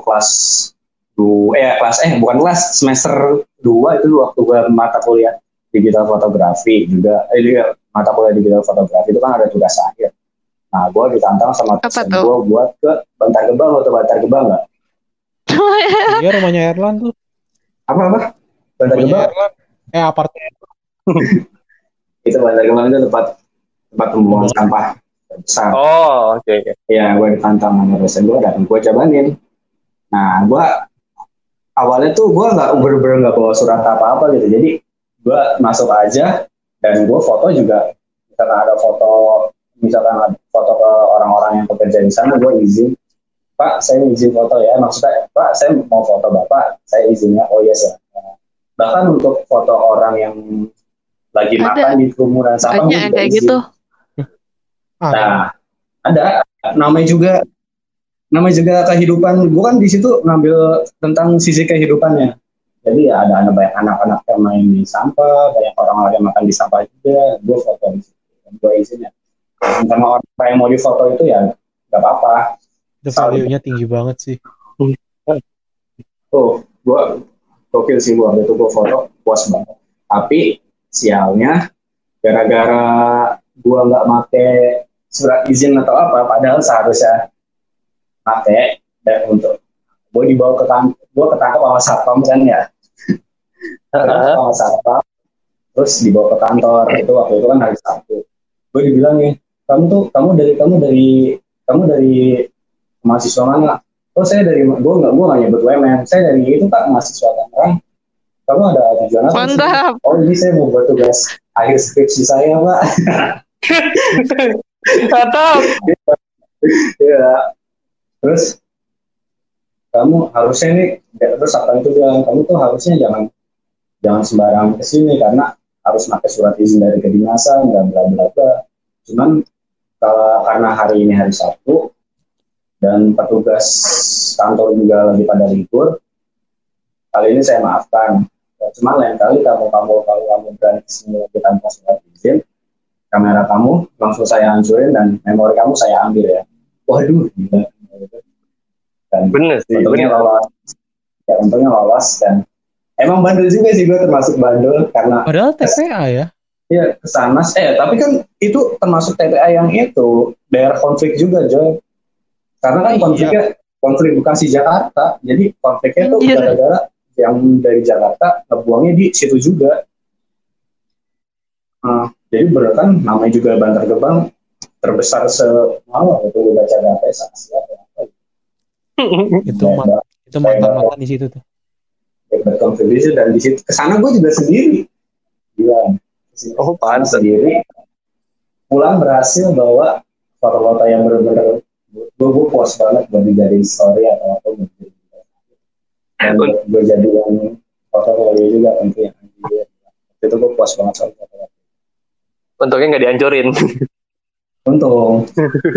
D: bukan kelas, semester 2 itu waktu gue mata kuliah digital fotografi juga, mata kuliah digital fotografi itu kan ada tugas akhir. Nah, gue ditantang sama dosen gue buat ke Bantar Gebang. Atau Bantar Gebang nggak?
C: Iya, rumahnya Erlan tuh.
D: Apa? Bantar Gebang?
C: Apartemen.
D: Itu Bantar Gebang itu tempat pembuangan sampah besar.
A: Oh, oke.
D: Ya, gue ditantang sama dosen gue dan gue cobain. Nah, gue awalnya tuh gue bener-bener nggak bawa surat apa-apa gitu. Jadi gue masuk aja dan gue foto juga. Misalkan ada foto ke orang-orang yang bekerja di sana, gue izin, Pak, saya izin foto ya. Maksudnya, Pak, saya mau foto Bapak, saya izinnya, oh yes ya. Bahkan untuk foto orang yang lagi makan di kerumunan sampah,
B: banyak yang kayak izin. Gitu.
D: Nah, ada namanya juga kehidupan. Gue kan di situ ngambil tentang sisi kehidupannya. Jadi ya ada banyak anak-anak yang main di sampah, banyak orang-orang yang makan di sampah juga. Gue foto di situ, gue izinnya. Sama orang yang mau difoto itu ya nggak apa-apa.
C: Itu value-nya tinggi banget sih.
D: Gue gokil sih, waktu itu gue foto puas banget. Tapi sialnya gara-gara gue nggak make surat izin atau apa, padahal seharusnya make, dan untuk gue dibawa ke kantor, gue ketangkap sama satpam kan ya. Sama satpam, terus dibawa ke kantor. Itu waktu itu kan hari Sabtu. Gue dibilang nih, kamu dari mahasiswa mana? Oh, saya dari, gue nggak nyebut WMN, saya dari itu Pak, mahasiswa Tangerang. Kamu ada tujuan apa?
B: Mantap.
D: Oh, ini saya mau buat tugas akhir skripsi saya, Pak.
A: Mantap.
D: Ya. Terus kamu harusnya nih, terus apa itu bilang, kamu tuh harusnya jangan sembarang kesini karena harus pakai surat izin dari kedinasan dan bla bla bla. Cuman karena hari ini hari Sabtu dan petugas kantor juga lagi pada libur, kali ini saya maafkan. Cuman lain kali kalau kamu berani kesini lagi tanpa surat izin, kamera kamu langsung saya hancurin dan memori kamu saya ambil ya. Waduh, gila. Dan
A: bener sih.
D: Untungnya lolos dan emang bandel juga sih, gue termasuk bandel karena.
C: Padahal TPA ya.
D: Iya, kesana. Tapi kan itu termasuk TPA yang itu daerah konflik juga, Joy. Karena kan konflik Bekasi Jakarta, jadi konfliknya itu gara-gara yang dari Jakarta ngebuangnya di situ juga. Jadi bener kan namanya juga Bantar Gebang terbesar semalam itu gue baca data Asia apa.
C: Itu mantan di situ tuh.
D: Berkonflik dan di situ kesana gue juga sendiri. Gila.
A: Pantes
D: sendiri. Pulang berhasil bawa foto-foto yang benar-benar gue puas banget buat dijadiin story atau apa. Dan gue jadi yang portofolio juga tentunya. Itu gue puas banget sama foto.
A: Untungnya nggak dihancurin.
D: Untung.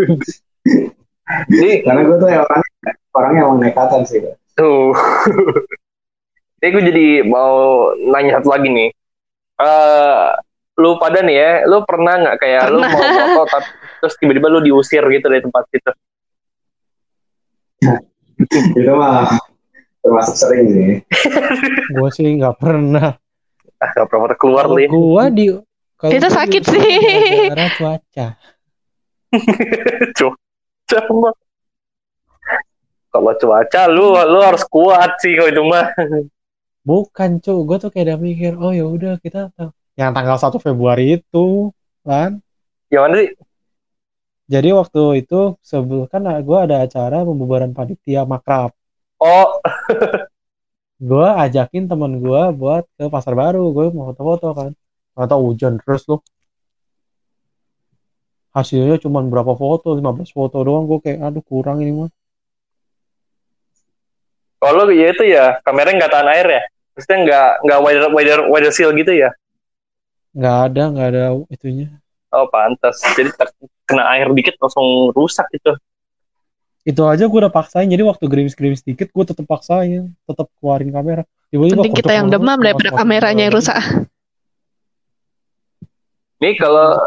D: Karena gue tuh orangnya emang nekatan sih.
A: Tuh. Ini gue jadi mau nanya satu lagi nih. Lu pada nih ya, lu pernah nggak kayak lu mau foto terus tiba-tiba lu diusir gitu dari tempat itu?
D: Itu mah termasuk sering sih.
C: Gue sih nggak pernah.
A: Nggak pernah keluar
C: Kalau
A: nih.
B: Itu sakit sih.
C: Gara-gara cuaca.
A: Cuaca mah. Kalau cuaca lu harus kuat sih kalau itu mah.
C: Bukan cuy, gue tuh kayak udah mikir, oh ya udah kita yang tanggal 1 Februari itu kan.
A: Yang mana sih?
C: Jadi waktu itu sebelum kan gue ada acara pembubaran panitia makrab.
A: Oh,
C: Gue ajakin teman gue buat ke Pasar Baru, gue mau foto-foto kan. Ternyata hujan terus loh. Hasilnya cuma berapa foto, 15 foto doang. Gue kayak aduh kurang ini mah.
A: kalau ya itu ya kameranya nggak tahan air ya? Maksudnya nggak wider seal gitu ya?
C: Nggak ada itunya.
A: Oh pantas. Jadi kena air dikit langsung rusak gitu.
C: Itu aja gue udah paksain, jadi waktu gerimis-gerimis dikit gue tetap paksain, tetap keluarin kamera.
B: Penting kita yang demam daripada kameranya yang rusak.
A: Ini kalau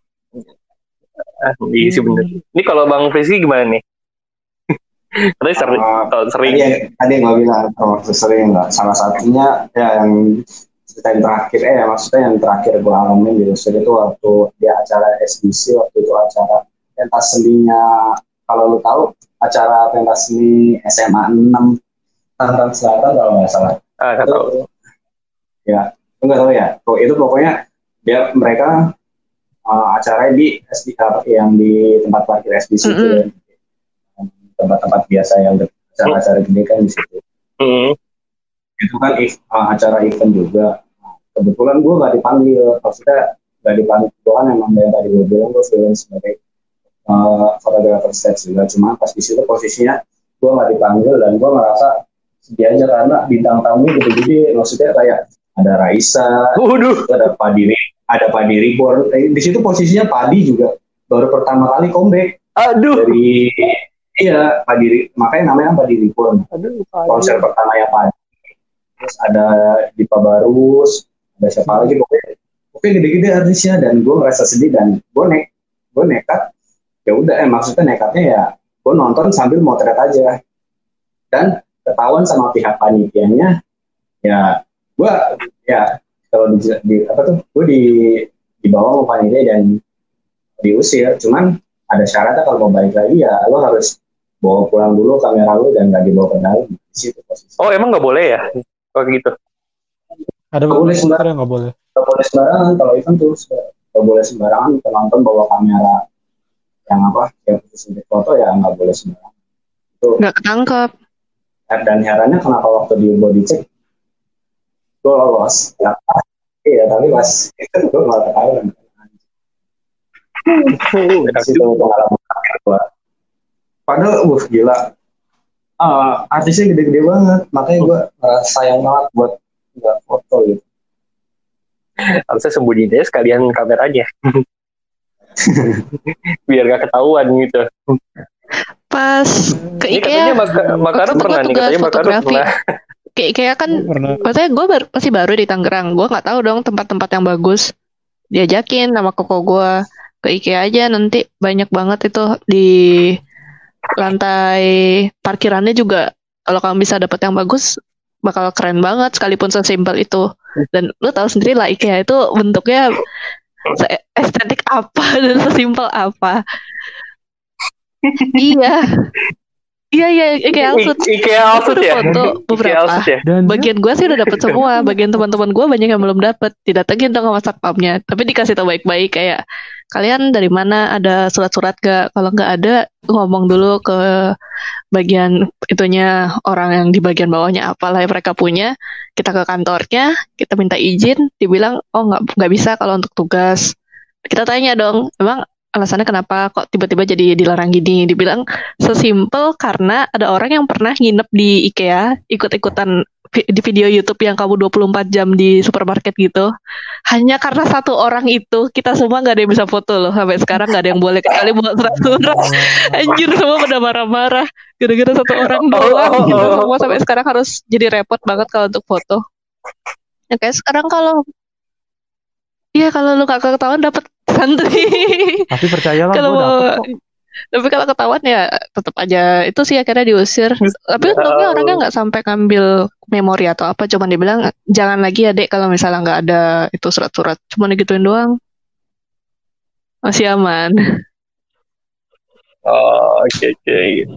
A: iya sih bener. Ini kalau Bang Rizky gimana nih? Tadi sering.
D: Tadi yang gue bilang waktu sering nggak. Salah satunya ya yang cerita yang terakhir maksudnya yang terakhir gue alamin di Rusia itu waktu dia acara SBC, waktu itu acara pentas seninya, kalau lu tahu acara pentas seni SMA 6 Tangerang Selatan kalau nggak salah.
A: Nggak tahu.
D: Ya, lu nggak tahu ya. Itu pokoknya mereka acaranya di yang di tempat parkir SBC itu ya. Tempat-tempat biasa yang acara-acara gede kan di situ. Itu kan acara event juga. Kebetulan gue nggak dipanggil, maksudnya nggak dipanggil. Gue kan emang dari tadi gue bilang gue freelance sebagai fotografer stage juga. Cuma pas di situ posisinya gue nggak dipanggil dan gue ngerasa sedih aja karena bintang tamu gede-gede. Maksudnya kayak ada Raisa, ada Padi Reborn. Di situ posisinya Padi juga baru pertama kali comeback. Dari Padi, makanya namanya Padi Reborn. Konser pertamanya Padi. Terus ada Dipa Barus, ada siapa lagi pokoknya gede-gede artisnya, dan gue merasa sedih dan gue nekat. Ya udah, maksudnya nekatnya ya gue nonton sambil motret aja, dan ketahuan sama pihak panitianya. Ya gue kalau gue dibawa sama panitia dan diusir. Cuman ada syaratnya, kalau mau balik lagi ya lo harus bawa pulang dulu kamera lo dan nggak dibawa ke dalam. Di situ posisi.
A: Oh emang nggak boleh ya? Oh gitu.
C: Ada boleh sembarangan, nggak boleh.
D: Nggak boleh sembarangan kalau event tuh, nggak boleh sembarangan. Penonton bawa kamera yang khusus untuk foto ya nggak boleh sembarangan. Itu
B: nggak ketangkep.
D: Dan herannya kenapa waktu di body check gue lolos. Iya, tapi pas itu gue nggak ketahuan. Itu pengalaman gue. Padahal gila. Artisnya gede-gede banget, makanya gue merasa sayang banget buat nggak foto gitu.
A: Harusnya sembunyi deh sekalian kameranya. Biar gak ketahuan gitu.
B: Pas ke IKEA,
A: Makanan pernah nih katanya
B: fotografi. Ke IKEA kan, maksudnya gue masih baru di Tangerang, gue nggak tahu dong tempat-tempat yang bagus. Diajakin sama koko gue ke IKEA aja, nanti banyak banget itu di lantai parkirannya juga. Kalau kamu bisa dapat yang bagus, bakal keren banget sekalipun sesimpel itu. Dan lu tahu sendiri lah IKEA itu bentuknya estetik apa dan sesimpel apa. Iya IKEA outfit
A: ya.
B: Foto beberapa. Bagian gue sih udah dapet semua. Bagian teman-teman gue banyak yang belum dapet. Didatengin dong sama satpamnya. Tapi dikasih tau baik-baik kayak, kalian dari mana, ada surat-surat gak? Kalau nggak ada, ngomong dulu ke bagian itunya, orang yang di bagian bawahnya apalah yang mereka punya. Kita ke kantornya, kita minta izin, dibilang oh nggak bisa kalau untuk tugas. Kita tanya dong, emang alasannya kenapa kok tiba-tiba jadi dilarang gini. Dibilang sesimpel karena ada orang yang pernah nginep di IKEA, ikut-ikutan di video YouTube yang kamu 24 jam di supermarket gitu. Hanya karena satu orang itu, kita semua nggak ada yang bisa foto loh. Sampai sekarang nggak ada yang boleh, kecuali buat surat-surat. Anjir, semua pada marah-marah. Gara-gara satu orang doang. Gitu. Semua sampai sekarang harus jadi repot banget kalau untuk foto. Ya kayak sekarang kalau lu gak ketahuan dapat santri.
C: Tapi percayalah
B: Kalau
C: gue
B: mau
C: dapet kok.
B: Tapi kalau ketahuan ya tetap aja itu sih akhirnya diusir. Tapi untungnya orangnya nggak sampai ngambil memori atau apa, cuman dibilang jangan lagi ya dek kalau misalnya nggak ada itu surat-surat, cuman digituin doang, masih aman.
A: Oh, oke.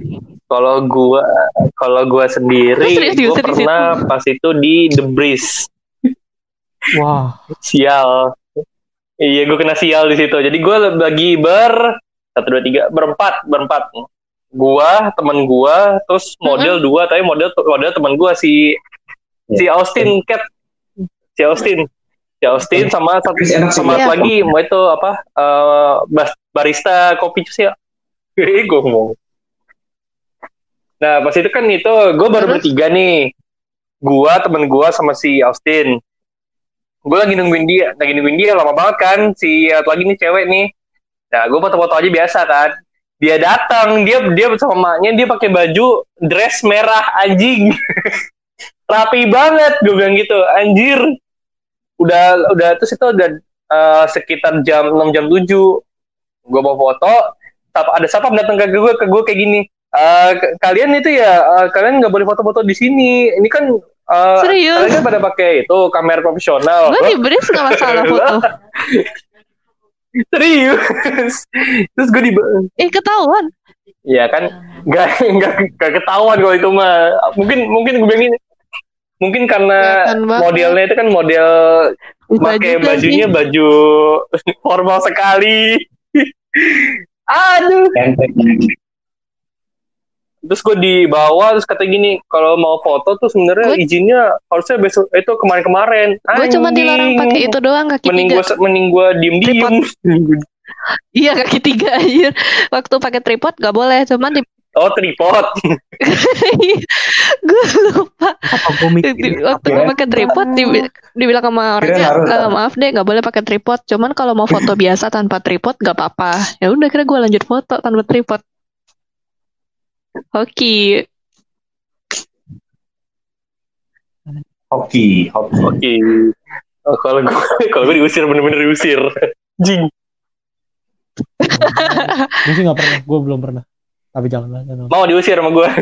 A: Kalau gua sendiri,
B: Serius
A: gua
B: diusir di
A: pernah pas itu di The Breeze.
C: Wah,
A: Sial. Iya, gue kena sial di situ. Jadi gue lagi satu dua tiga berempat. Temen gua, terus model dua, tapi model temen gua si Austin Cat, si Austin sama
D: Iya.
A: lagi mau itu apa barista kopi sih ya. Gue ngomong. Nah pas itu kan itu gue baru bertiga nih. Gua, temen gua sama si Austin. Gue lagi nungguin dia lama banget kan, si lagi nih cewek nih. Nah gue foto-foto aja biasa kan. Dia datang, dia bersama maknya, dia pakai baju dress merah anjing. Rapi banget, gue bilang gitu, anjir. Udah terus itu udah sekitar jam 6 jam 7. Gue mau foto, ada siapa datang ke gue kayak gini. Kalian itu ya, kalian nggak boleh foto-foto di sini. Ini kan
B: Serius?
A: kalian kan pada pakai itu kamera profesional.
B: Gue di Breeze nggak masalah foto.
A: Serius. Terus gue
B: Ketahuan.
A: ya kan nggak ketahuan kalau itu mah. Mungkin gue bilang ini. Mungkin karena modelnya itu kan model pakai bajunya baju formal sekali. Aduh. Terus gue dibawa terus kata gini, kalau mau foto tuh sebenarnya izinnya harusnya besok itu kemarin.
B: Gue cuma dilarang pakai itu doang, kaki tiga.
A: Mending gue diem.
B: Iya, kaki tiga aja. Waktu pakai tripod gak boleh, cuman
A: Oh, tripod.
B: Gue lupa. Waktu gue pakai tripod dibilang sama orangnya, maaf deh, gak boleh pakai tripod. Cuman kalau mau foto biasa tanpa tripod gak apa-apa. Ya udah, kira gue lanjut foto tanpa tripod. Hoki. Oh, kalau gue diusir, bener-bener diusir. Jing.
C: Gue sih nggak pernah, gue belum pernah. Tapi janganlah.
A: Mau diusir sama gue?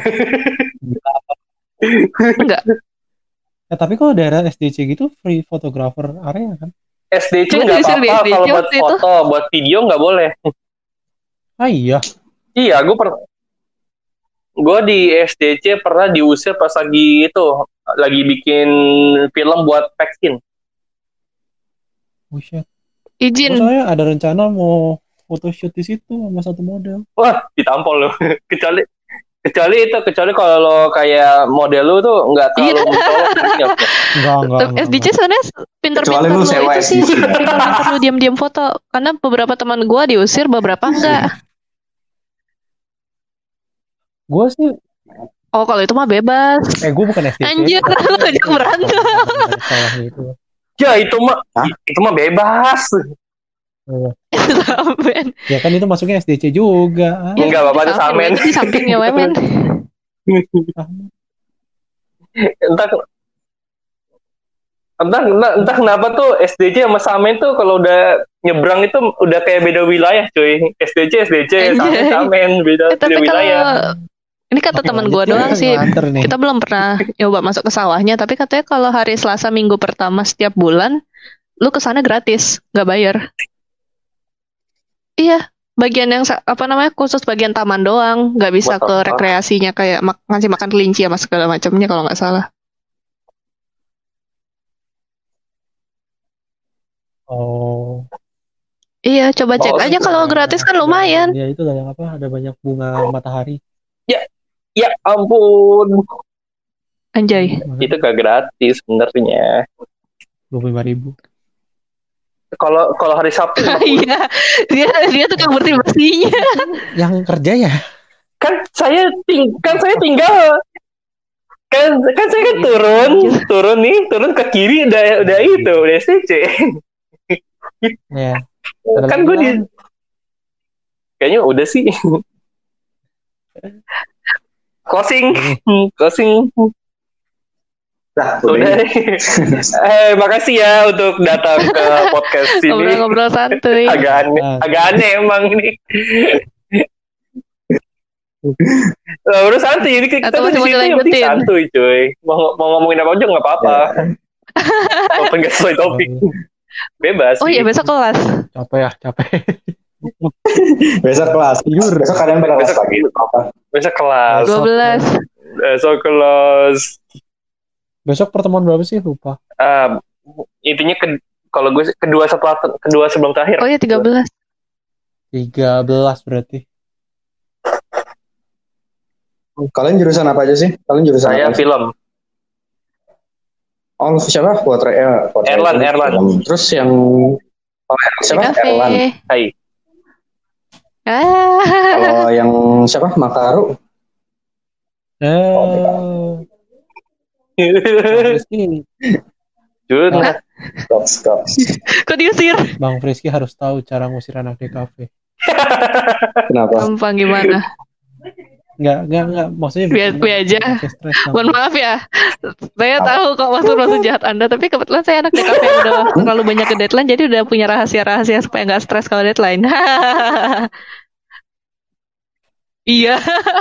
B: Enggak.
C: Tapi kalau daerah SDC gitu free photographer area kan?
A: SDC nggak apa-apa kalau buat foto, buat video nggak boleh.
C: Ah iya.
A: Iya, gue di SDC pernah diusir pas lagi bikin film buat vaksin.
C: Oh shit.
B: Izin.
C: Saya ada rencana mau photoshoot di situ sama satu model.
A: Wah, ditampol loh. kecuali kalau lo kayak model lo tuh nggak terlalu
C: Enggak.
B: SDC sebenarnya pinter-pinter lo itu sih, pinter-pinter lo diam-diam foto. Karena beberapa teman gue diusir, beberapa enggak.
C: Gue sih.
B: Oh, kalau itu mah bebas.
C: Gue bukan SDC.
B: Anjir, jangan berantem.
A: Ya itu mah bebas.
B: Samen.
C: Ya kan itu masuknya SDC juga.
A: Enggak, Bapak itu Samen.
B: Di sampingnya Wemen.
A: Entah kenapa tuh SDC sama Samen tuh kalau udah nyebrang itu udah kayak beda wilayah, cuy. SDC, Samen beda wilayah.
B: Ini kata teman gue doang sih. Kita belum pernah nyoba masuk ke sawahnya, tapi katanya kalau hari Selasa minggu pertama setiap bulan, lu kesana gratis, nggak bayar. Iya, bagian yang khusus bagian taman doang, nggak bisa ke rekreasinya kayak ngasih makan kelinci sama segala macamnya kalau nggak salah.
C: Oh.
B: Iya, coba cek aja kalau gratis kan lumayan.
C: Ya itu lah yang ada banyak bunga matahari.
A: Ya ampun.
B: Anjay.
A: Itu gak gratis sebenarnya.
C: 25.000.
A: kalau hari Sabtu 50.
B: Iya, dia tukang bersih-bersihnya.
C: Yang kerja ya?
A: Kan saya tinggal kan saya kan turun ke kiri udah itu udah STC.
C: Ya. Ada
A: Kan
C: lagi
A: gue
C: lah.
A: kayaknya udah sih. Closing.
D: Nah,
A: Udah. Makasih ya untuk datang ke podcast ini.
B: Ngobrol-ngobrol santuy.
A: Agak aneh emang ini. Udah santuy ini kita
B: Atau
A: tuh di
B: masih mau
A: sini yang penting
B: dilanjutin?
A: santuy cuy. Mau ngomongin apa aja nggak apa-apa. Walaupun nggak sesuai topik. Bebas.
B: Oh iya, besok kelas.
C: Capek.
D: besok kelas.
C: Tidur.
D: Besok kalian pada kelas pagi. Apa?
A: Besok kelas.
B: 12.
C: Besok pertemuan berapa sih? Lupa.
A: Intinya kalau gue kedua sebelum terakhir.
B: Oh iya, 13.
C: 13 berarti.
D: Kalian jurusan apa aja sih?
A: Saya film.
D: Oh, siapa?
A: Erlan.
D: Terus yang siapa?
B: Cafe.
D: Erlan.
A: Hai.
D: Kalau yang siapa? Makaru.
C: Rizky,
A: Jun.
D: Stop.
B: Kok diusir?
C: Bang Frisky harus tahu cara ngusir anak di kafe.
D: Kenapa?
B: Gampang gimana?
C: Enggak, maksudnya
B: Biar aja.
C: Stres,
B: Mohon maaf ya. Saya tahu kok maksud jahat Anda, tapi kebetulan saya anak DKV yang udah terlalu banyak ke deadline, jadi udah punya rahasia-rahasia supaya nggak stres kalau deadline. Iya,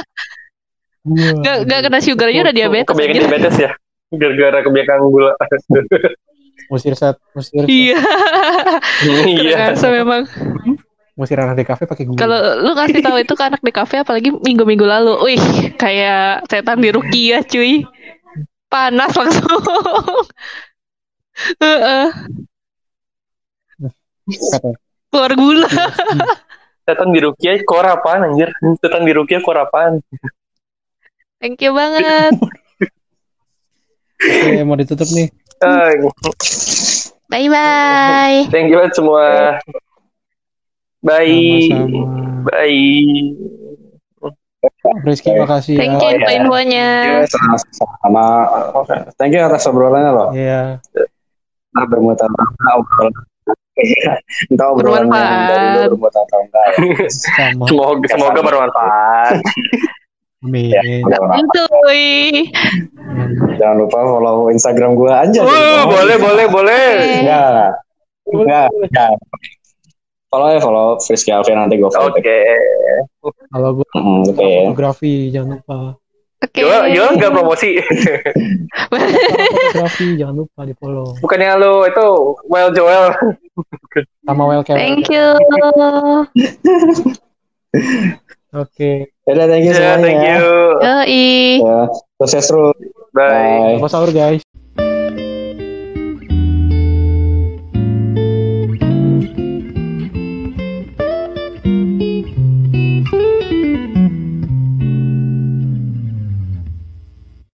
B: nggak kena sugarnya udah diabetes.
A: Kebanyakan diabetes ya. Gara-gara kebanyakan gula.
C: Musir
B: Iya.
A: Iya.
B: Kerasa memang.
C: musir anak di kafe pakai gula.
B: Kalau lu ngasih tahu itu ke anak DKV apalagi minggu-minggu lalu, wih kayak setan di Rukiah cuy. Panas langsung. Keluar gula.
A: Setan di Rukiah kor apaan anjir? Setan di Rukiah kor apaan?
B: Thank you banget.
C: Oke, mau ditutup nih.
B: Bye-bye.
A: Thank you banget semua. Bye.
C: Sama-sama.
A: Bye.
C: Rizky, makasih
B: Thank
C: ya.
B: you infonya.
D: Sama. Thank you atas obrolannya loh.
C: Iya.
D: Nah, bermuatan obrolan. Entah obrolan yang dari bermuatan atau enggak ya.
C: Sama.
A: Semoga bermanfaat.
C: Amin.
D: Ya,
B: Santuy.
D: jangan lupa follow Instagram gue aja.
A: Boleh.
D: Enggak. Follow Frisky Alvin, nanti gue follow.
A: Oke.
C: Kalau gue
D: Oke.
C: fotografi jangan lupa.
B: Oke.
A: Jual nggak promosi?
C: Fotografi jangan lupa di follow.
A: Bukannya lu itu Joel.
C: Sama welcome.
B: Thank you.
C: Oke.
D: Yaudah, thank you semuanya.
A: Thank you.
B: Yoi.
D: Ya, sukses terus.
A: Bye.
D: Bye.
C: Selamat sahur guys.